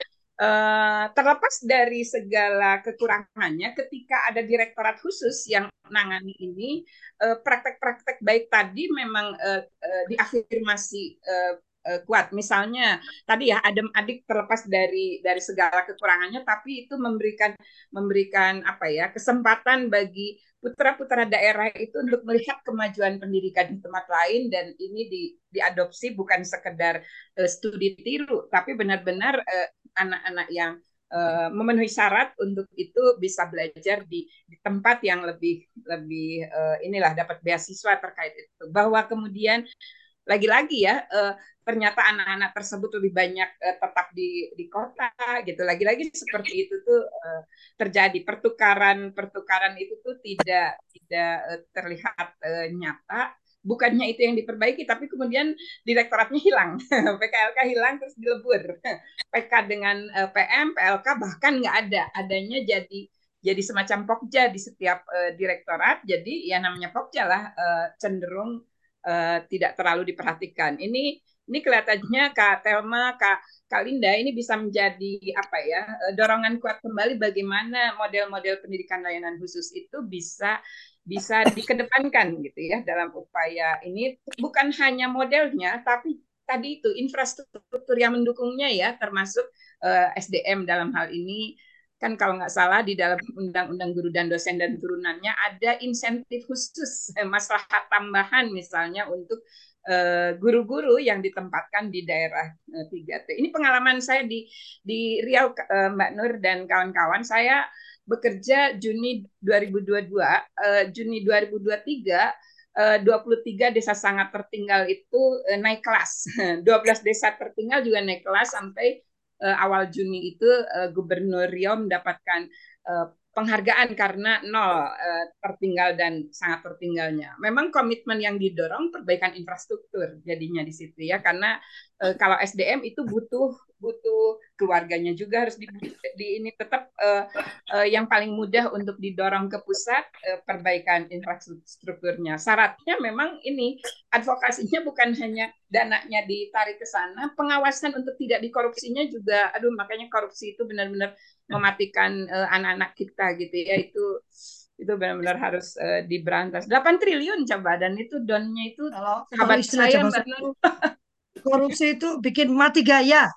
Eh, terlepas dari segala kekurangannya, ketika ada direktorat khusus yang menangani ini, eh, praktek-praktek baik tadi memang eh, eh, diafirmasi eh, eh, kuat. Misalnya tadi ya adem adik terlepas dari dari segala kekurangannya, tapi itu memberikan memberikan apa ya kesempatan bagi putra-putra daerah itu untuk melihat kemajuan pendidikan di tempat lain dan ini di, diadopsi bukan sekedar uh, studi tiru, tapi benar-benar uh, anak-anak yang uh, memenuhi syarat untuk itu bisa belajar di, di tempat yang lebih lebih uh, inilah dapat beasiswa terkait itu. Bahwa kemudian lagi-lagi ya uh, ternyata anak-anak tersebut lebih banyak uh, tetap di di kota gitu. Lagi-lagi seperti itu tuh uh, terjadi pertukaran pertukaran itu tuh tidak tidak uh, terlihat uh, nyata. Bukannya itu yang diperbaiki, tapi kemudian direktoratnya hilang, P K L K hilang terus dilebur, P K dengan uh, P M, P L K bahkan nggak ada, adanya jadi jadi semacam pokja di setiap uh, direktorat. Jadi ya namanya pokja lah uh, cenderung uh, tidak terlalu diperhatikan. Ini ini kelihatannya Kak Telma, Kak, Kak Linda ini bisa menjadi apa ya dorongan kuat kembali bagaimana model-model pendidikan layanan khusus itu bisa bisa dikedepankan gitu ya dalam upaya ini bukan hanya modelnya tapi tadi itu infrastruktur yang mendukungnya ya termasuk uh, S D M dalam hal ini kan kalau nggak salah di dalam undang-undang guru dan dosen dan turunannya ada insentif khusus eh, maslahat tambahan misalnya untuk guru-guru yang ditempatkan di daerah tiga T. Ini pengalaman saya di di Riau Mbak Nur dan kawan-kawan. Saya bekerja Juni dua ribu dua puluh dua, Juni dua ribu dua puluh tiga dua puluh tiga desa sangat tertinggal itu naik kelas. dua belas desa tertinggal juga naik kelas sampai awal Juni itu Gubernur Riau mendapatkan penghargaan karena nol uh, tertinggal dan sangat tertinggalnya. Memang komitmen yang didorong perbaikan infrastruktur jadinya di situ ya karena uh, kalau S D M itu butuh butuh keluarganya juga harus di, di ini tetap uh, uh, yang paling mudah untuk didorong ke pusat uh, perbaikan infrastrukturnya. Syaratnya memang ini advokasinya bukan hanya dananya ditarik ke sana, pengawasan untuk tidak dikorupsinya juga. Aduh makanya korupsi itu benar-benar mematikan uh, anak-anak kita gitu ya itu itu benar-benar harus uh, diberantas. delapan triliun coba dan itu donnya itu kalau sahabat kalau istilah saya zaman Mbak Nur. Korupsi itu bikin mati gaya.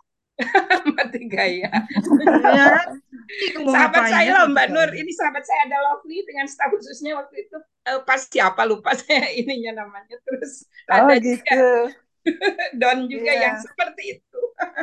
Mati gaya. Ya, sahabat saya loh Mbak Nur, ini sahabat saya ada Lovely dengan staf khususnya waktu itu uh, pas siapa lupa saya ininya namanya terus oh, ada gitu. juga don juga yeah. yang seperti itu.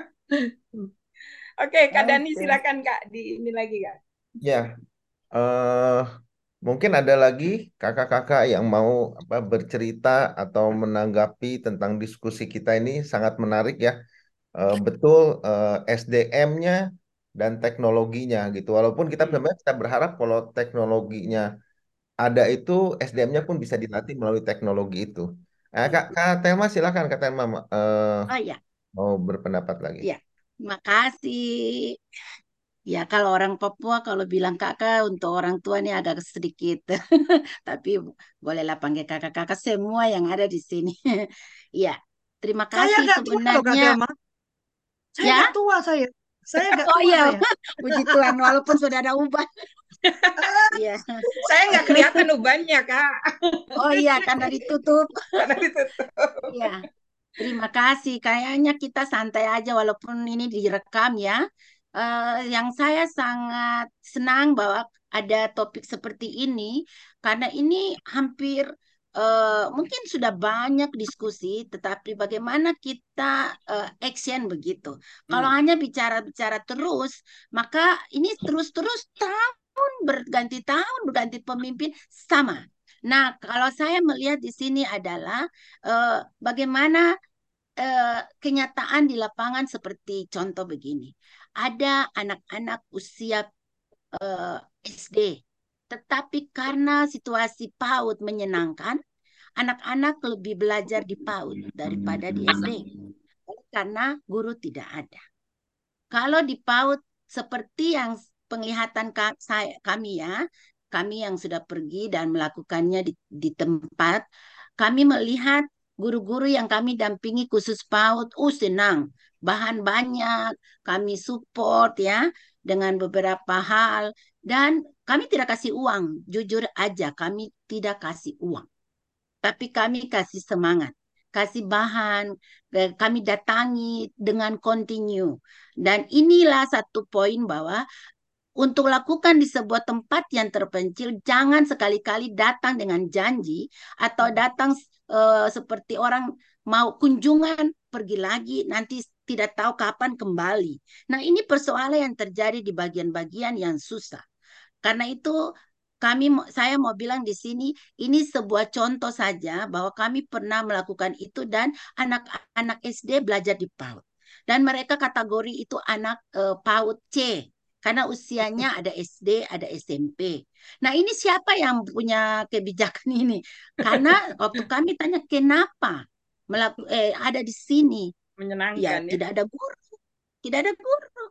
Oke, Kak Dani okay. Silakan Kak di ini lagi Kak. Ya, uh, mungkin ada lagi kakak-kakak yang mau apa bercerita atau menanggapi tentang diskusi kita ini sangat menarik ya. Uh, betul uh, S D M-nya dan teknologinya gitu. Walaupun kita sebenarnya kita berharap kalau teknologinya ada itu S D M-nya pun bisa dilatih melalui teknologi itu. Nah, Kak, Kak Telma silakan Kak Telma uh, oh ya. mau berpendapat lagi. Ya, makasih. Ya, kalau orang Papua kalau bilang kakak untuk orang tua ini agak sedikit. Tapi bolehlah panggil kakak-kakak semua yang ada di sini. Ya, terima kasih saya sebenarnya. Tua, saya ya? gak tua saya. Saya gak oh tua. iya, puji Tuhan walaupun sudah ada uban. Iya. Saya nggak kelihatan ubannya Kak. Oh iya, karena ditutup. Karena ditutup. Iya. Terima kasih. Kayaknya kita santai aja walaupun ini direkam ya. Uh, yang saya sangat senang bahwa ada topik seperti ini karena ini hampir uh, mungkin sudah banyak diskusi, tetapi bagaimana kita uh, action begitu. Hmm. Kalau hanya bicara-bicara terus, maka ini terus-terus tahun berganti tahun berganti pemimpin sama. Nah, kalau saya melihat di sini adalah eh, bagaimana eh, kenyataan di lapangan seperti contoh begini. Ada anak-anak usia eh, S D, tetapi karena situasi PAUD menyenangkan, anak-anak lebih belajar di PAUD daripada di S D. Karena guru tidak ada. Kalau di PAUD seperti yang penglihatan ka- saya, kami ya, kami yang sudah pergi dan melakukannya di, di tempat, kami melihat guru-guru yang kami dampingi khusus PAUD, uh senang, bahan banyak, kami support ya dengan beberapa hal dan kami tidak kasih uang, jujur aja kami tidak kasih uang. Tapi kami kasih semangat, kasih bahan, eh, kami datangi dengan continue. Dan inilah satu poin bahwa untuk lakukan di sebuah tempat yang terpencil, jangan sekali-kali datang dengan janji atau datang eh, seperti orang mau kunjungan, pergi lagi, nanti tidak tahu kapan kembali. Nah, ini persoalan yang terjadi di bagian-bagian yang susah. Karena itu kami saya mau bilang di sini ini sebuah contoh saja bahwa kami pernah melakukan itu dan anak-anak S D belajar di PAUD. Dan mereka kategori itu anak eh, PAUD C karena usianya ada S D, ada S M P. Nah, ini siapa yang punya kebijakan ini? Karena waktu kami tanya kenapa melaku, eh, ada di sini, ya Menyenangkan ya. tidak ada guru, tidak ada guru.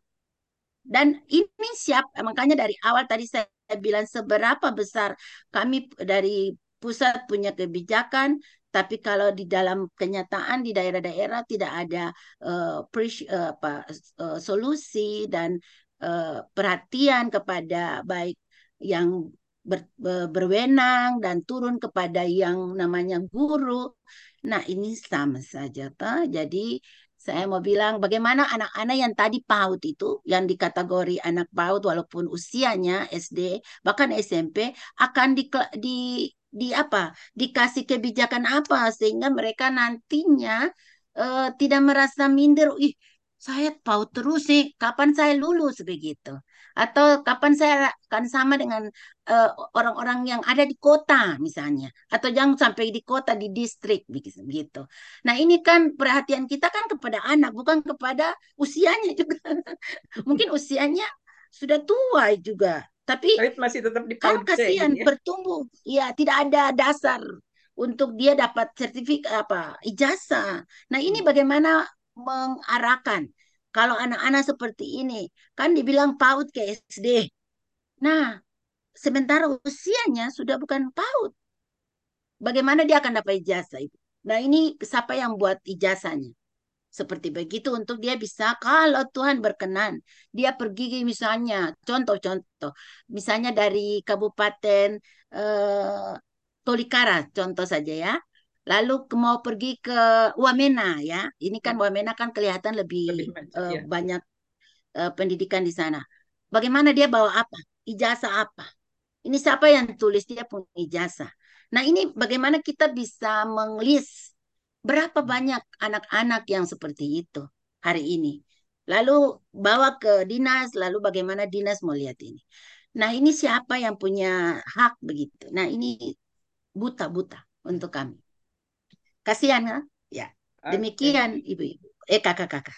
Dan ini siap, makanya dari awal tadi saya bilang seberapa besar kami dari pusat punya kebijakan, tapi kalau di dalam kenyataan di daerah-daerah tidak ada uh, pres- uh, apa, uh, solusi dan uh, perhatian kepada baik yang ber, ber- berwenang dan turun kepada yang namanya guru. Nah, ini sama saja, toh. Jadi saya mau bilang bagaimana anak-anak yang tadi PAUD itu, yang dikategori anak PAUD walaupun usianya S D, bahkan S M P, akan di, di, di apa? Dikasih kebijakan apa sehingga mereka nantinya eh, tidak merasa minder. Ih, saya PAUD terus sih, kapan saya lulus begitu? Atau kapan saya akan sama dengan eh, orang-orang yang ada di kota misalnya, atau jangan sampai di kota di distrik begitu. Nah, ini kan perhatian kita kan kepada anak, bukan kepada usianya juga. Mungkin usianya sudah tua juga, tapi Tapi masih tetap di kan PAUD C kasihan gitu ya. bertumbuh. Ya, tidak ada dasar untuk dia dapat sertifikat apa ijazah. Nah, ini Hmm. bagaimana mengarahkan kalau anak-anak seperti ini kan dibilang PAUD ke S D. Nah, sementara usianya sudah bukan PAUD. Bagaimana dia akan dapat ijazah itu? Nah, ini siapa yang buat ijazahnya? Seperti begitu untuk dia bisa kalau Tuhan berkenan dia pergi misalnya contoh-contoh misalnya dari Kabupaten eh, Tolikara contoh saja ya lalu ke- mau pergi ke Wamena ya ini kan Wamena kan kelihatan Lebih lebih maju eh, ya. banyak eh, pendidikan di sana bagaimana dia bawa apa ijazah apa ini siapa yang tulis dia punya ijazah. Nah ini bagaimana kita bisa mengelis berapa banyak anak-anak yang seperti itu hari ini. Lalu bawa ke dinas, lalu bagaimana dinas mau lihat ini. Nah ini siapa yang punya hak begitu. Nah ini buta-buta untuk kami. Kasihan ya? Ya. Oke. Demikian ibu-ibu. Eh kakak-kakak.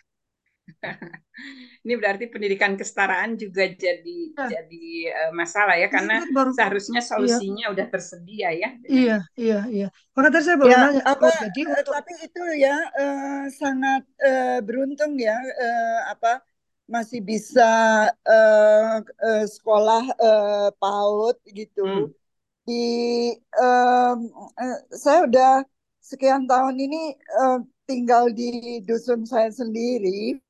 Ini berarti pendidikan kesetaraan juga jadi Ya, jadi uh, masalah ya ini karena tadi baru, seharusnya iya, solusinya udah tersedia ya dengan iya, itu. iya, iya. Maka tadi saya baru Ya, nanya, apa? oh jadi eh, untuk, Tapi itu ya eh, sangat eh, beruntung ya, eh, apa masih bisa eh, eh, sekolah eh, PAUD gitu. Hmm. Di em, eh, saya udah sekian tahun ini eh, tinggal di dusun saya sendiri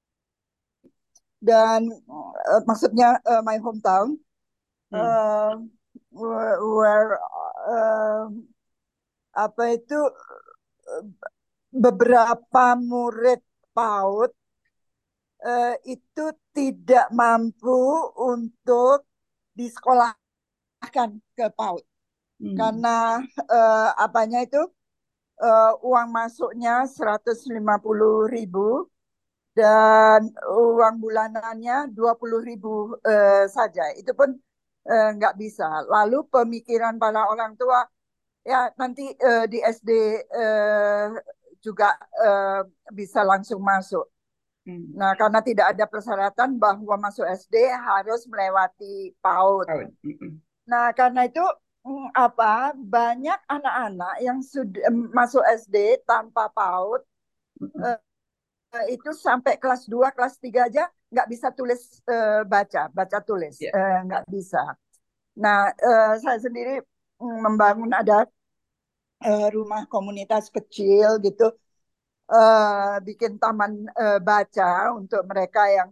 dan eh, maksudnya eh, my hometown, Hmm. eh, where, where, eh, apa itu eh, beberapa murid PAUD eh, itu tidak mampu untuk disekolahkan ke PAUD Hmm. karena eh, apanya itu eh, uang masuknya seratus lima puluh ribu dan uang bulanannya dua puluh ribu eh, saja. Itu pun eh, nggak bisa. Lalu pemikiran para orang tua, ya nanti eh, di S D eh, juga eh, bisa langsung masuk. Hmm. Nah, karena tidak ada persyaratan bahwa masuk S D harus melewati PAUD. Oh, mm-mm. Nah, karena itu mm, apa banyak anak-anak yang sudah masuk S D tanpa PAUD Mm-mm. eh, itu sampai kelas dua, kelas tiga aja nggak bisa tulis eh, baca, baca tulis, Ya. eh, nggak bisa. Nah, eh, saya sendiri mm, membangun ada eh, rumah komunitas kecil gitu, eh, bikin taman eh, baca untuk mereka yang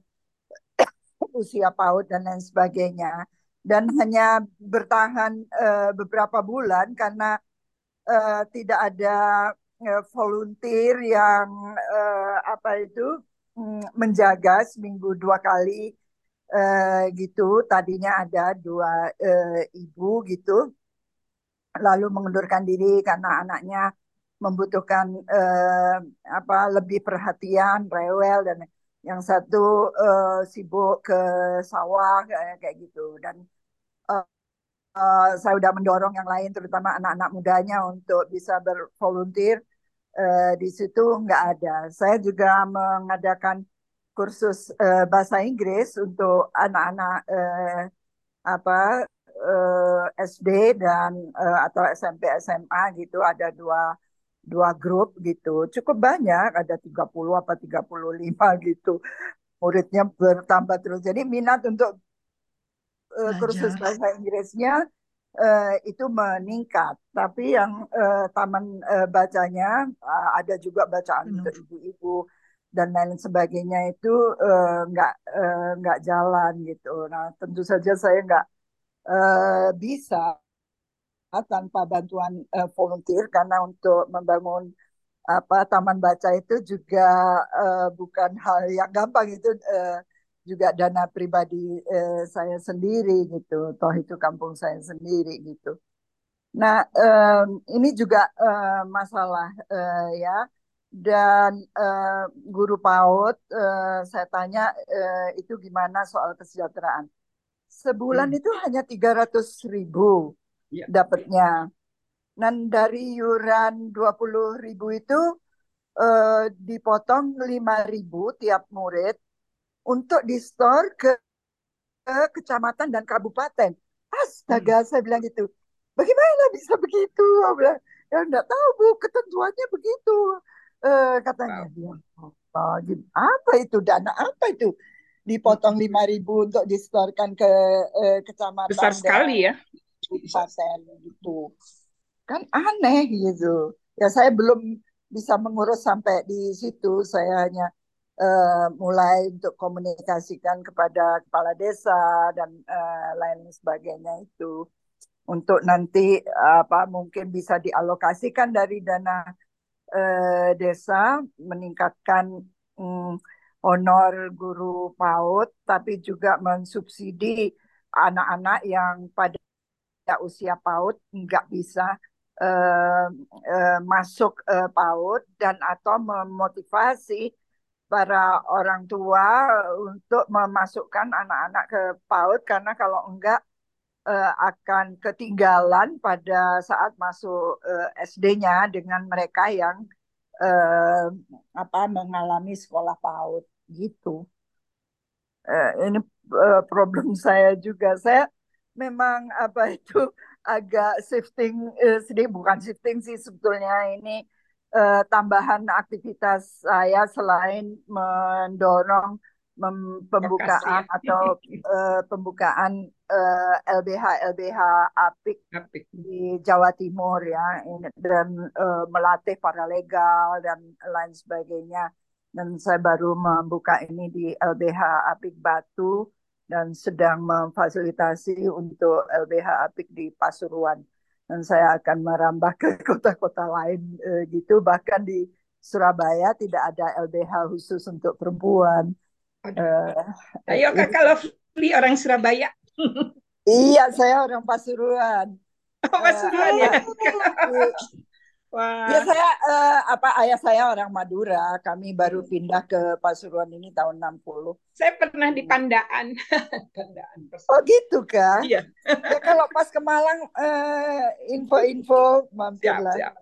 usia PAUD dan lain sebagainya. Dan hanya bertahan eh, beberapa bulan karena eh, tidak ada eh, volunteer yang eh, apa itu mm, menjaga seminggu dua kali eh, gitu. Tadinya ada dua eh, ibu gitu, lalu mengundurkan diri karena anaknya membutuhkan eh, apa lebih perhatian, rewel dan yang satu eh, sibuk ke sawah kayak kayak gitu. Dan eh, eh, saya udah mendorong yang lain, terutama anak-anak mudanya untuk bisa bervolunteer. Eh, di situ nggak ada. Saya juga mengadakan kursus eh, bahasa Inggris untuk anak-anak eh, apa eh, S D dan eh, atau S M P S M A gitu, ada dua dua grup gitu. Cukup banyak, ada tiga puluh apa tiga puluh lima gitu. Muridnya bertambah terus. Jadi minat untuk eh, kursus Belajar. bahasa Inggrisnya eh, itu meningkat. Tapi yang eh, taman eh, bacanya eh, ada juga bacaan Penuh. untuk ibu-ibu dan lain sebagainya itu eh, nggak eh, nggak jalan gitu. Nah, tentu saja saya nggak eh, bisa tanpa bantuan eh, volunteer karena untuk membangun apa taman baca itu juga eh, bukan hal yang gampang, itu eh, juga dana pribadi eh, saya sendiri gitu, toh itu kampung saya sendiri gitu. Nah, em, ini juga eh, masalah eh, ya. Dan eh, guru PAUD eh, saya tanya eh, itu gimana soal kesejahteraan. Sebulan Hmm. itu hanya tiga ratus ribu Ya. dapatnya. Dan dari yuran dua puluh ribu itu eh, dipotong lima ribu tiap murid untuk di-store ke, ke kecamatan dan kabupaten. Hmm. Astaga, saya bilang gitu. Bagaimana bisa begitu? Saya bilang, ya enggak tahu Bu, ketentuannya begitu. Eh, katanya Wow. dia, oh, gim- apa itu dana apa itu? Dipotong Mm-mm. lima ribu untuk disetorkan ke eh, kecamatan Besar dan sekali ya. Besar. kabupaten gitu. Kan aneh gitu. Ya saya belum bisa mengurus sampai di situ. Saya hanya eh, mulai untuk komunikasikan kepada kepala desa dan eh, lain sebagainya itu untuk nanti apa mungkin bisa dialokasikan dari dana eh, desa meningkatkan mm, honor guru PAUD, tapi juga mensubsidi anak-anak yang pada usia PAUD nggak bisa eh, eh, masuk eh, PAUD, dan atau memotivasi para orang tua untuk memasukkan anak-anak ke PAUD karena kalau enggak eh, akan ketinggalan pada saat masuk eh, S D-nya dengan mereka yang eh, apa mengalami sekolah PAUD gitu. Eh, ini eh, problem saya juga. Saya memang apa itu agak shifting eh, sedih, bukan shifting sih sebetulnya ini eh, tambahan aktivitas saya selain mendorong mem- Vokasi pembukaan ya. atau eh, pembukaan eh, L B H L B H APIK Apik. di Jawa Timur ya, ini, dan eh, melatih paralegal dan lain sebagainya. Dan saya baru membuka ini di L B H APIK Batu dan sedang memfasilitasi untuk L B H APIK di Pasuruan. Dan saya akan merambah ke kota-kota lain eh, gitu. Bahkan di Surabaya tidak ada L B H khusus untuk perempuan. Aduh. Eh, Ayo ini, Kakak Lovely orang Surabaya. iya, saya orang Pasuruan. Oh, Eh, Pasuruan ya. agak Ya Wah. saya eh, apa ayah saya orang Madura, kami baru Hmm. pindah ke Pasuruan ini tahun enam puluh. Saya pernah di Pandaan. Pandaan Oh Pasuruan. gitu kah? Iya, Ya kalau pas ke Malang eh, info-info siap, mampirlah. siap.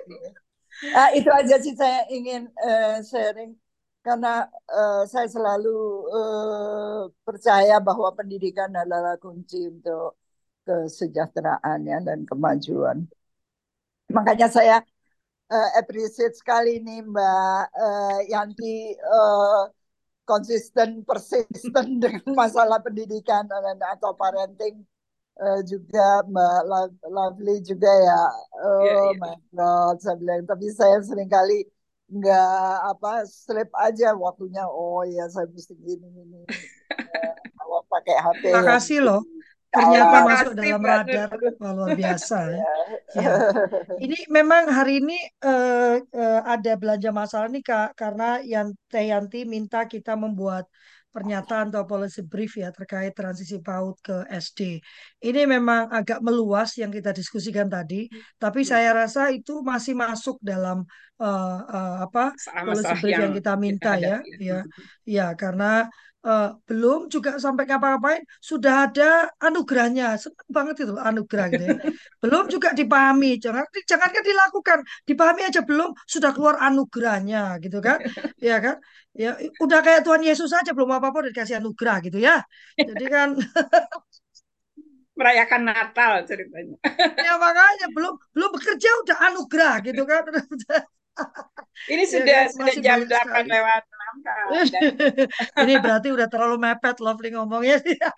Ah, itu aja sih saya ingin eh, sharing karena eh, saya selalu eh, percaya bahwa pendidikan adalah kunci untuk kesejahteraan ya dan kemajuan. Makanya saya eh, appreciate sekali nih Mbak eh, Yanti eh, konsisten persisten dengan masalah pendidikan dan atau parenting. Eh, juga Mbak Lo- Lovely juga ya. Iya, Oh iya. my God, saya bilang. Tapi saya seringkali nggak apa slip aja waktunya. Oh ya, saya mesti gini gini. Eh, Kalau pakai H P ya Makasih mesti loh. Ternyata Terima kalah. masuk kasih, dalam Mbak Nur. radar. Aduh. Wah, luar biasa ya. Ya, Ya. ini memang hari ini eh, eh, ada belanja masalah nih Kak, karena yang Teh Yanti minta kita membuat pernyataan atau policy brief ya terkait transisi PAUD ke S D. Ini memang agak meluas yang kita diskusikan tadi, tapi saya rasa itu masih masuk dalam eh, eh, apa policy Masalah-masalah brief yang yang kita kita minta ya, hadapi. ya, ya karena eh, belum juga sampai ngapa-ngapain sudah ada anugerahnya, senang banget itu loh, anugerah gitu ya. Belum juga dipahami, jangan jangan kan dilakukan, dipahami aja belum sudah keluar anugerahnya gitu kan, ya kan, ya udah kayak Tuhan Yesus aja belum apa-apa udah dikasih anugerah gitu ya, jadi kan Merayakan Natal ceritanya. ya makanya belum belum bekerja udah anugerah gitu kan. Ini Ya sudah kan sudah masih jam banyak delapan sekali. lewat enam Kak. Dan Ini berarti udah terlalu mepet Lovely ngomongnya.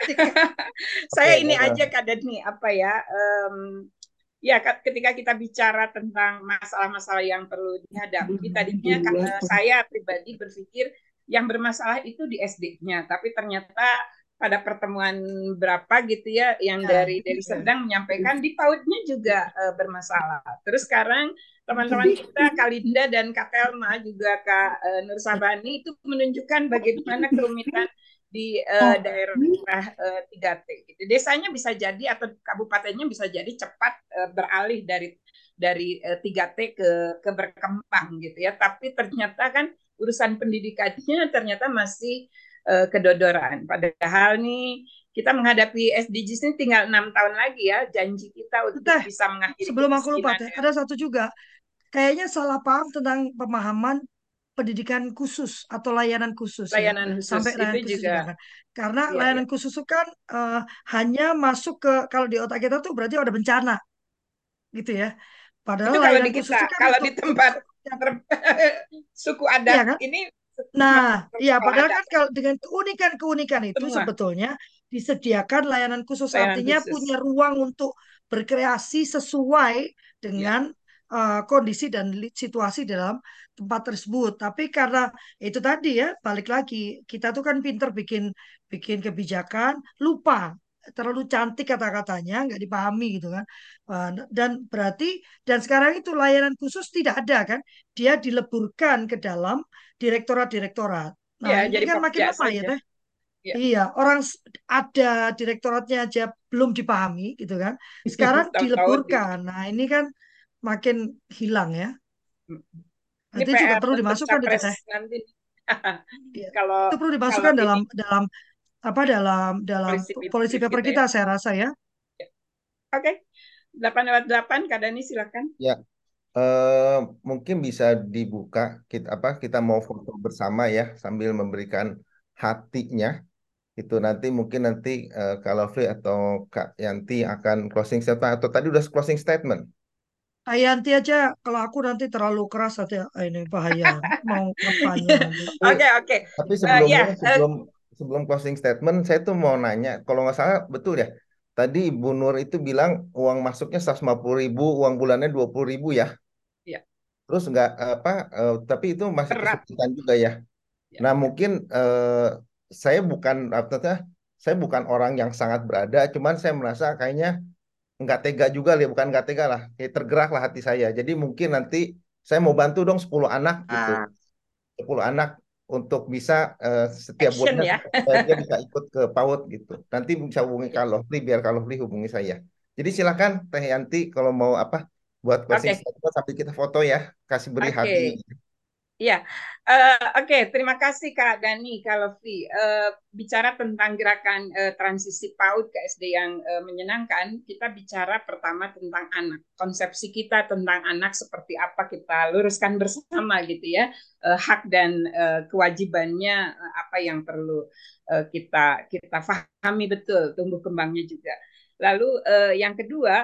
Oke, saya ini eh, aja Kak Dani apa ya? em, ya Kak, ketika kita bicara tentang masalah-masalah yang perlu dihadapi, tadinya Kak, eh, saya pribadi berpikir yang bermasalah itu di S D-nya, tapi ternyata pada pertemuan berapa gitu ya, yang Ya, dari dari Serdang menyampaikan di PAUD-nya juga eh, bermasalah. Terus sekarang teman-teman kita Kalinda dan Kak Telma juga Kak eh, Nur Sabani itu menunjukkan bagaimana kerumitan di eh, daerah eh, tiga T gitu. Desanya bisa jadi atau kabupatennya bisa jadi cepat eh, beralih dari dari eh, tiga T ke ke berkembang gitu ya. Tapi ternyata kan urusan pendidikannya ternyata masih eh, kedodoran. Padahal nih kita menghadapi S D Gs ini tinggal enam tahun lagi ya, janji kita untuk Teh, bisa mengakhiri sebelum aku lupa kemiskinan Teh, ya. ada satu juga kayaknya salah paham tentang pemahaman pendidikan khusus atau layanan khusus ya, Layanan khusus sampai itu layanan khusus juga juga kan. Karena ya ya. layanan khusus itu kan eh, hanya masuk ke kalau di otak kita tuh berarti ada bencana gitu ya. Padahal Itu kalau di layanan khusus kita, itu kan kalau untuk di untuk tempat bencana. ter- suku Iya adat kan? ini Nah, iya, protokol padahal adat kan kalau dengan keunikan-keunikan itu semua sebetulnya disediakan layanan khusus, layanan artinya punya khusus. ruang untuk berkreasi sesuai Ya, dengan uh, kondisi dan li- situasi dalam tempat tersebut. Tapi karena itu tadi ya, balik lagi, kita tuh kan pinter bikin bikin kebijakan, lupa terlalu cantik kata-katanya, nggak dipahami gitu kan. Uh, Dan berarti dan sekarang itu layanan khusus tidak ada kan, dia dileburkan ke dalam direktorat-direktorat. Nah, ya ini jadi kan makin Pokja lemah ya, saja. Teh. Ya, Iya, orang s- ada direktoratnya aja belum dipahami gitu kan. Sekarang tahu-tahu di dileburkan. Nah, ini kan makin hilang ya. ini Itu juga P R perlu untuk dimasukkan itu, capres Teh. nanti. Iya. Kalau Itu perlu kalau dimasukkan ini dalam dalam apa dalam dalam polisi policy brief paper kita kita ya. saya rasa ya. Ya. Oke, delapan lewat delapan Kak Dani silakan. ya, eh, mungkin bisa dibuka kita apa kita mau foto bersama ya sambil memberikan hatinya. Itu nanti mungkin nanti eh, Kak Lovely atau Kak Yanti akan closing statement atau tadi udah closing statement. Ayanti aja kalau aku nanti terlalu keras nanti ah, ini bahaya mau kampanye nanti. Tapi Oke, oke. tapi Eh, ya, sebelumnya eh, sebelum sebelum closing statement saya tuh mau nanya kalau nggak salah betul ya. Tadi Ibu Nur itu bilang uang masuknya seratus lima puluh ribu, uang bulannya dua puluh ribu ya. ya, Terus nggak apa, eh, tapi itu masih berat. kesulitan juga ya. Ya, Nah ya. mungkin eh, saya bukan apa saya bukan orang yang sangat berada, cuman saya merasa kayaknya nggak tega juga ya, bukan nggak tega lah, kayak tergerak lah hati saya. Jadi mungkin nanti saya mau bantu dong sepuluh anak gitu, Ah, sepuluh anak untuk bisa eh, setiap action bulannya ya. supaya dia bisa ikut ke PAUD gitu. Nanti bisa hubungi Ya. Kak Lovely biar Kak Lovely hubungi saya. Jadi silakan Teh Yanti kalau mau apa buat closing Oke, statement sambil kita foto ya. Kasih beri hati. oke. Ya, eh, oke. Terima kasih Kak Dani, Kak Lofi. Eh, bicara tentang gerakan eh, transisi PAUD ke S D yang eh, menyenangkan, kita bicara pertama tentang anak. Konsepsi kita tentang anak seperti apa kita luruskan bersama gitu ya. Eh, hak dan eh, kewajibannya eh, apa yang perlu eh, kita kita pahami betul tumbuh kembangnya juga. Lalu eh, yang kedua,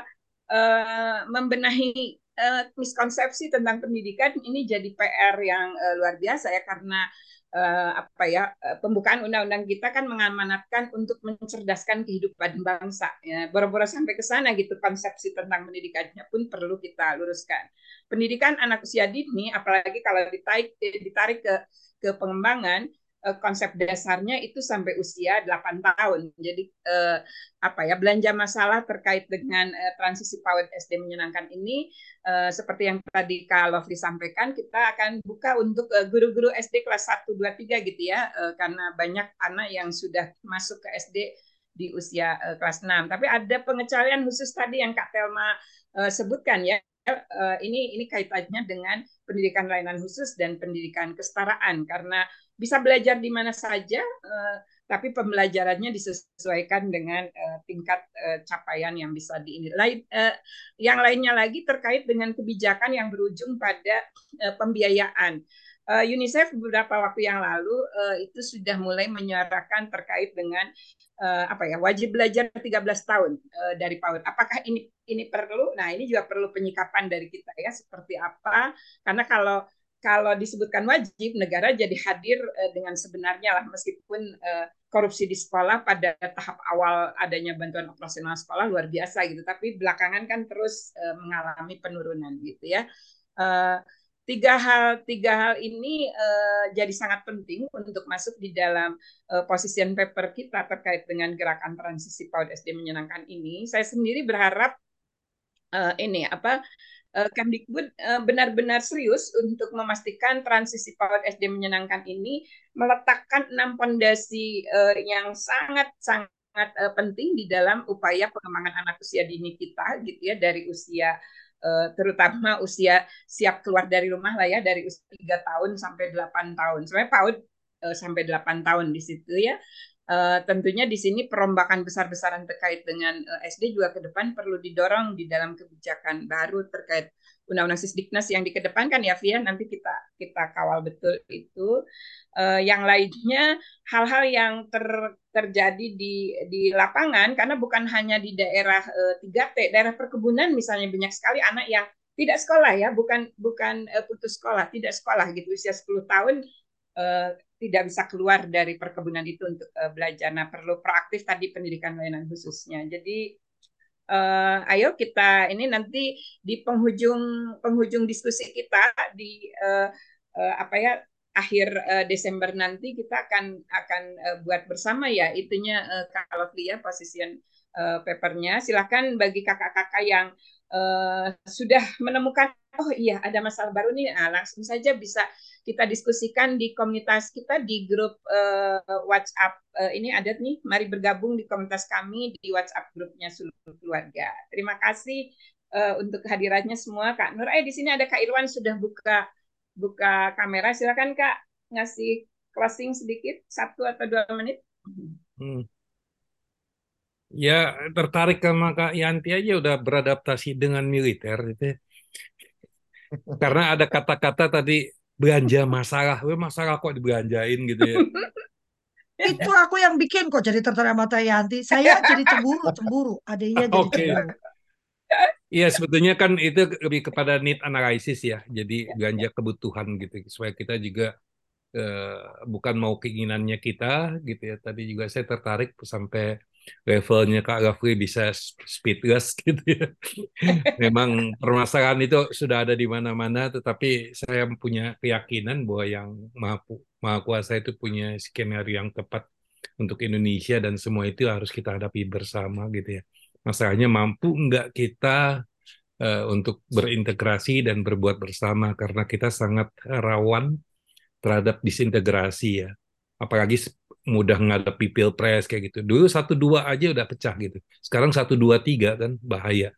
eh, membenahi uh, miskonsepsi tentang pendidikan ini jadi P R yang uh, luar biasa ya karena uh, apa ya uh, pembukaan undang-undang kita kan mengamanatkan untuk mencerdaskan kehidupan bangsa ya boro-boro sampai ke sana gitu konsepsi tentang pendidikannya pun perlu kita luruskan. Pendidikan anak usia dini apalagi kalau ditarik ditarik ke ke pengembangan konsep dasarnya itu sampai usia delapan tahun. Jadi eh, apa ya belanja masalah terkait dengan eh, transisi PAUD S D menyenangkan ini eh, seperti yang tadi Kak Lovely sampaikan kita akan buka untuk eh, guru-guru S D kelas satu, dua, tiga gitu ya eh, karena banyak anak yang sudah masuk ke S D di usia eh, kelas enam. Tapi ada pengecualian khusus tadi yang Kak Telma eh, sebutkan ya. Uh, ini ini kaitannya dengan pendidikan layanan khusus dan pendidikan kesetaraan karena bisa belajar di mana saja, uh, tapi pembelajarannya disesuaikan dengan uh, tingkat uh, capaian yang bisa dinilai. Uh, yang lainnya lagi terkait dengan kebijakan yang berujung pada uh, pembiayaan. Uh, UNICEF beberapa waktu yang lalu uh, itu sudah mulai menyuarakan terkait dengan uh, apa ya wajib belajar tiga belas tahun uh, dari PAUD. Apakah ini ini perlu? Nah ini juga perlu penyikapan dari kita ya seperti apa? Karena kalau kalau disebutkan wajib, negara jadi hadir uh, dengan sebenarnya lah meskipun uh, korupsi di sekolah pada tahap awal adanya bantuan operasional sekolah luar biasa gitu, tapi belakangan kan terus uh, mengalami penurunan gitu ya. Uh, Tiga hal tiga hal ini uh, jadi sangat penting untuk masuk di dalam uh, position paper kita terkait dengan gerakan transisi PAUD S D menyenangkan ini. Saya sendiri berharap uh, ini apa uh, Kemdikbud uh, benar-benar serius untuk memastikan transisi PAUD S D menyenangkan ini meletakkan enam fondasi uh, yang sangat sangat uh, penting di dalam upaya pengembangan anak usia dini kita gitu ya dari usia terutama usia siap keluar dari rumah lah ya dari usia tiga tahun sampai delapan tahun. Sebenarnya PAUD uh, sampai delapan tahun di situ ya. Uh, tentunya di sini perombakan besar-besaran terkait dengan uh, S D juga ke depan perlu didorong di dalam kebijakan baru terkait Undang-Undang Sisdiknas yang dikedepankan ya Via, nanti kita kita kawal betul itu. Uh, yang lainnya hal-hal yang ter, terjadi di di lapangan karena bukan hanya di daerah uh, tiga T, daerah perkebunan misalnya banyak sekali anak yang tidak sekolah ya, bukan bukan uh, putus sekolah, tidak sekolah gitu usia sepuluh tahun uh, tidak bisa keluar dari perkebunan itu untuk uh, belajar. Nah, perlu proaktif tadi pendidikan layanan khususnya. Jadi uh, ayo kita ini nanti di penghujung penghujung diskusi kita di uh, uh, apa ya akhir uh, Desember nanti kita akan akan uh, buat bersama ya itunya uh, kalau ya position uh, papernya. Silakan bagi kakak-kakak yang uh, sudah menemukan oh iya ada masalah baru nih, nah, langsung saja bisa kita diskusikan di komunitas kita di grup uh, WhatsApp uh, ini ada nih, mari bergabung di komunitas kami di WhatsApp grupnya seluruh keluarga. Terima kasih uh, untuk kehadirannya semua Kak Nur. Eh di sini ada Kak Irwan sudah buka buka kamera, silakan Kak ngasih closing sedikit satu atau dua menit. Hmm. Ya tertarik sama Kak Yanti aja udah beradaptasi dengan militer gitu. Karena ada kata-kata tadi belanja masalah, masalah kok dibelanjain gitu ya. Itu aku yang bikin kok jadi tertarik sama Yanti. Saya jadi cemburu, cemburu. Adanya jadi Oke. cemburu. Iya sebetulnya kan itu lebih kepada need analysis ya. Jadi belanja kebutuhan gitu supaya kita juga eh, bukan mau keinginannya kita gitu ya. Tadi juga saya tertarik sampai levelnya Kak Rafli bisa speedless gitu ya. Memang permasalahan itu sudah ada di mana-mana, tetapi saya punya keyakinan bahwa yang Maha, Maha Kuasa itu punya skenario yang tepat untuk Indonesia dan semua itu harus kita hadapi bersama gitu ya. Masalahnya mampu nggak kita uh, untuk berintegrasi dan berbuat bersama karena kita sangat rawan terhadap disintegrasi ya. Apalagi mudah menghadapi pilpres kayak gitu. Dulu satu dua aja udah pecah gitu. Sekarang satu dua tiga kan bahaya.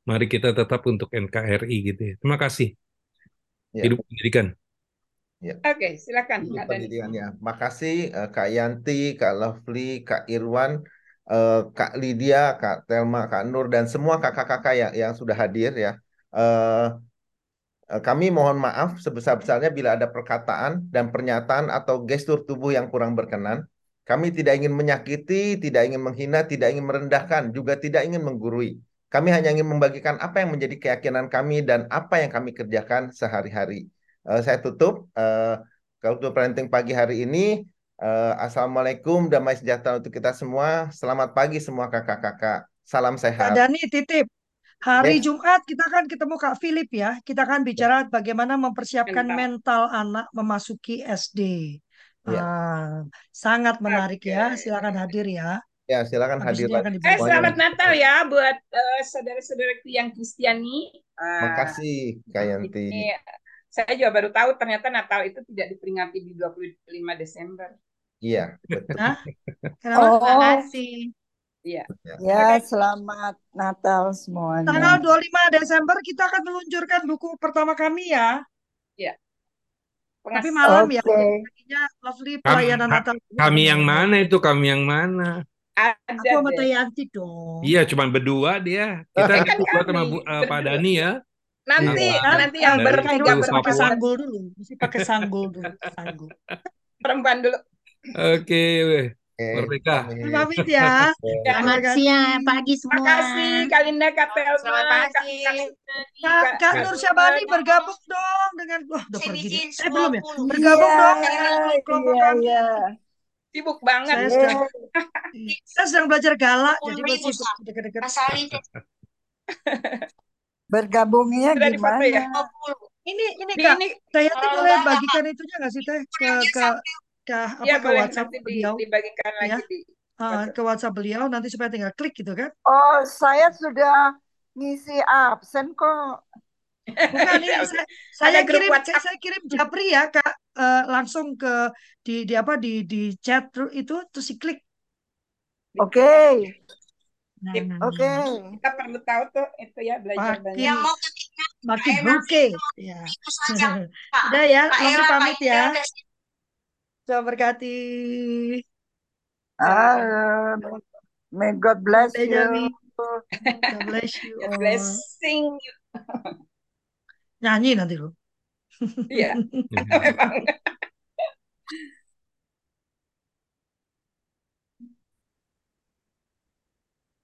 Mari kita tetap untuk N K R I gitu ya. Terima kasih. Ya, Hidup pendidikan. ya. Oke, silakan Hidup Kak Dani. pendidikannya. Makasih eh, Kak Yanti, Kak Lovely, Kak Irwan, eh, Kak Lydia, Kak Telma, Kak Nur, dan semua kakak-kakak yang, yang sudah hadir ya. Eh, Eh, Kami mohon maaf sebesar-besarnya bila ada perkataan dan pernyataan atau gestur tubuh yang kurang berkenan. Kami tidak ingin menyakiti, tidak ingin menghina, tidak ingin merendahkan, juga tidak ingin menggurui. Kami hanya ingin membagikan apa yang menjadi keyakinan kami dan apa yang kami kerjakan sehari-hari. Eh, saya tutup eh, untuk parenting pagi hari ini. Eh, Assalamualaikum, damai sejahtera untuk kita semua. Selamat pagi semua kakak-kakak. Salam Kak sehat. Dani titip. Hari Yes. Jumat kita kan ketemu Kak Philip ya. Kita akan bicara bagaimana mempersiapkan Mental. mental anak memasuki S D. Ya, Ah, sangat menarik Oke. ya. Silakan hadir ya. ya silakan Habis hadir ini akan lagi Eh, dibahas. semuanya. selamat Natal ya buat eh, saudara-saudaraku yang Kristiani. Eh, Makasih Kak Yanti. ini saya juga baru tahu ternyata Natal itu tidak diperingati di dua puluh lima Desember. Iya, betul. Hah? Kenapa? Terima Oh, kasih. Iya. Ya. ya Oke. selamat Natal semuanya. Tanggal dua puluh lima Desember kita akan meluncurkan buku pertama kami ya. Iya. Tapi Pengas- malam ya. Oke. Paginya Lovely Kam- pelayanan ka- Natal. kami yang mana itu? Kami yang mana? ada Aku sama deh. Teh Yanti dong. Iya, cuman berdua dia. Kita Eh ada kan berdua sama kami Bu- eh, Pak berdua. Dani ya. Nanti Iya. Kan, nanti yang eh, Dari Kak bertiga Irwan itu mesti pakai Papua. sanggul dulu. Mesti pakai sanggul dulu. Sanggul. perempuan dulu. Oke, weh. Oke, Merdeka. amin. Pamit ya. Ya. Selamat Terima siang, kasih. pagi Terima semua. kasih Kak Linda, Kak Selamat Telma, Kak pagi. Kak Sunani, Kak, Kak Kak Oke. Nur Irwan. Syabani bergabung dong dengan wah udah Sini pergi dia. jeans Eh belum ya? dua puluh. Bergabung Iya, dong dengan kelompok iya, kami. iya. Sibuk banget. Saya Iya. sedang saya sedang belajar galak, dua puluh jadi ribu masih Sa. deket-deket. Pasali Bergabungnya Sudah di foto ya? gimana? dua puluh. Ini ini Di Kak, ini Teh Yanti Terlalu boleh galak. bagikan itunya nggak sih Teh ke ke ke apa ya ke boleh WhatsApp nanti di, beliau dibagikan ya? lagi di Ah, WhatsApp. ke WhatsApp beliau nanti supaya tinggal klik gitu kan? Oh, saya sudah ngisi absen kok. Bukan Ya ini udah. saya saya Ada grup kirim WhatsApp. saya kirim Japri ya Kak, eh, langsung ke di di apa di di chat ru- itu terus diklik. Oke, Nah, Sip. oke. Kita perlu tahu tuh itu ya belajar banyak. makin Yang mau ketiknya makin Kak Ella oke ya. itu saja. Pak. Udah ya, Kak Lovely Ella, Kak pamit ya. Ella tes. Tuhan berkati. Ah, may God bless Benjamin, you. God bless you God all. blessing you. Nyanyi nanti lu. Iya, memang.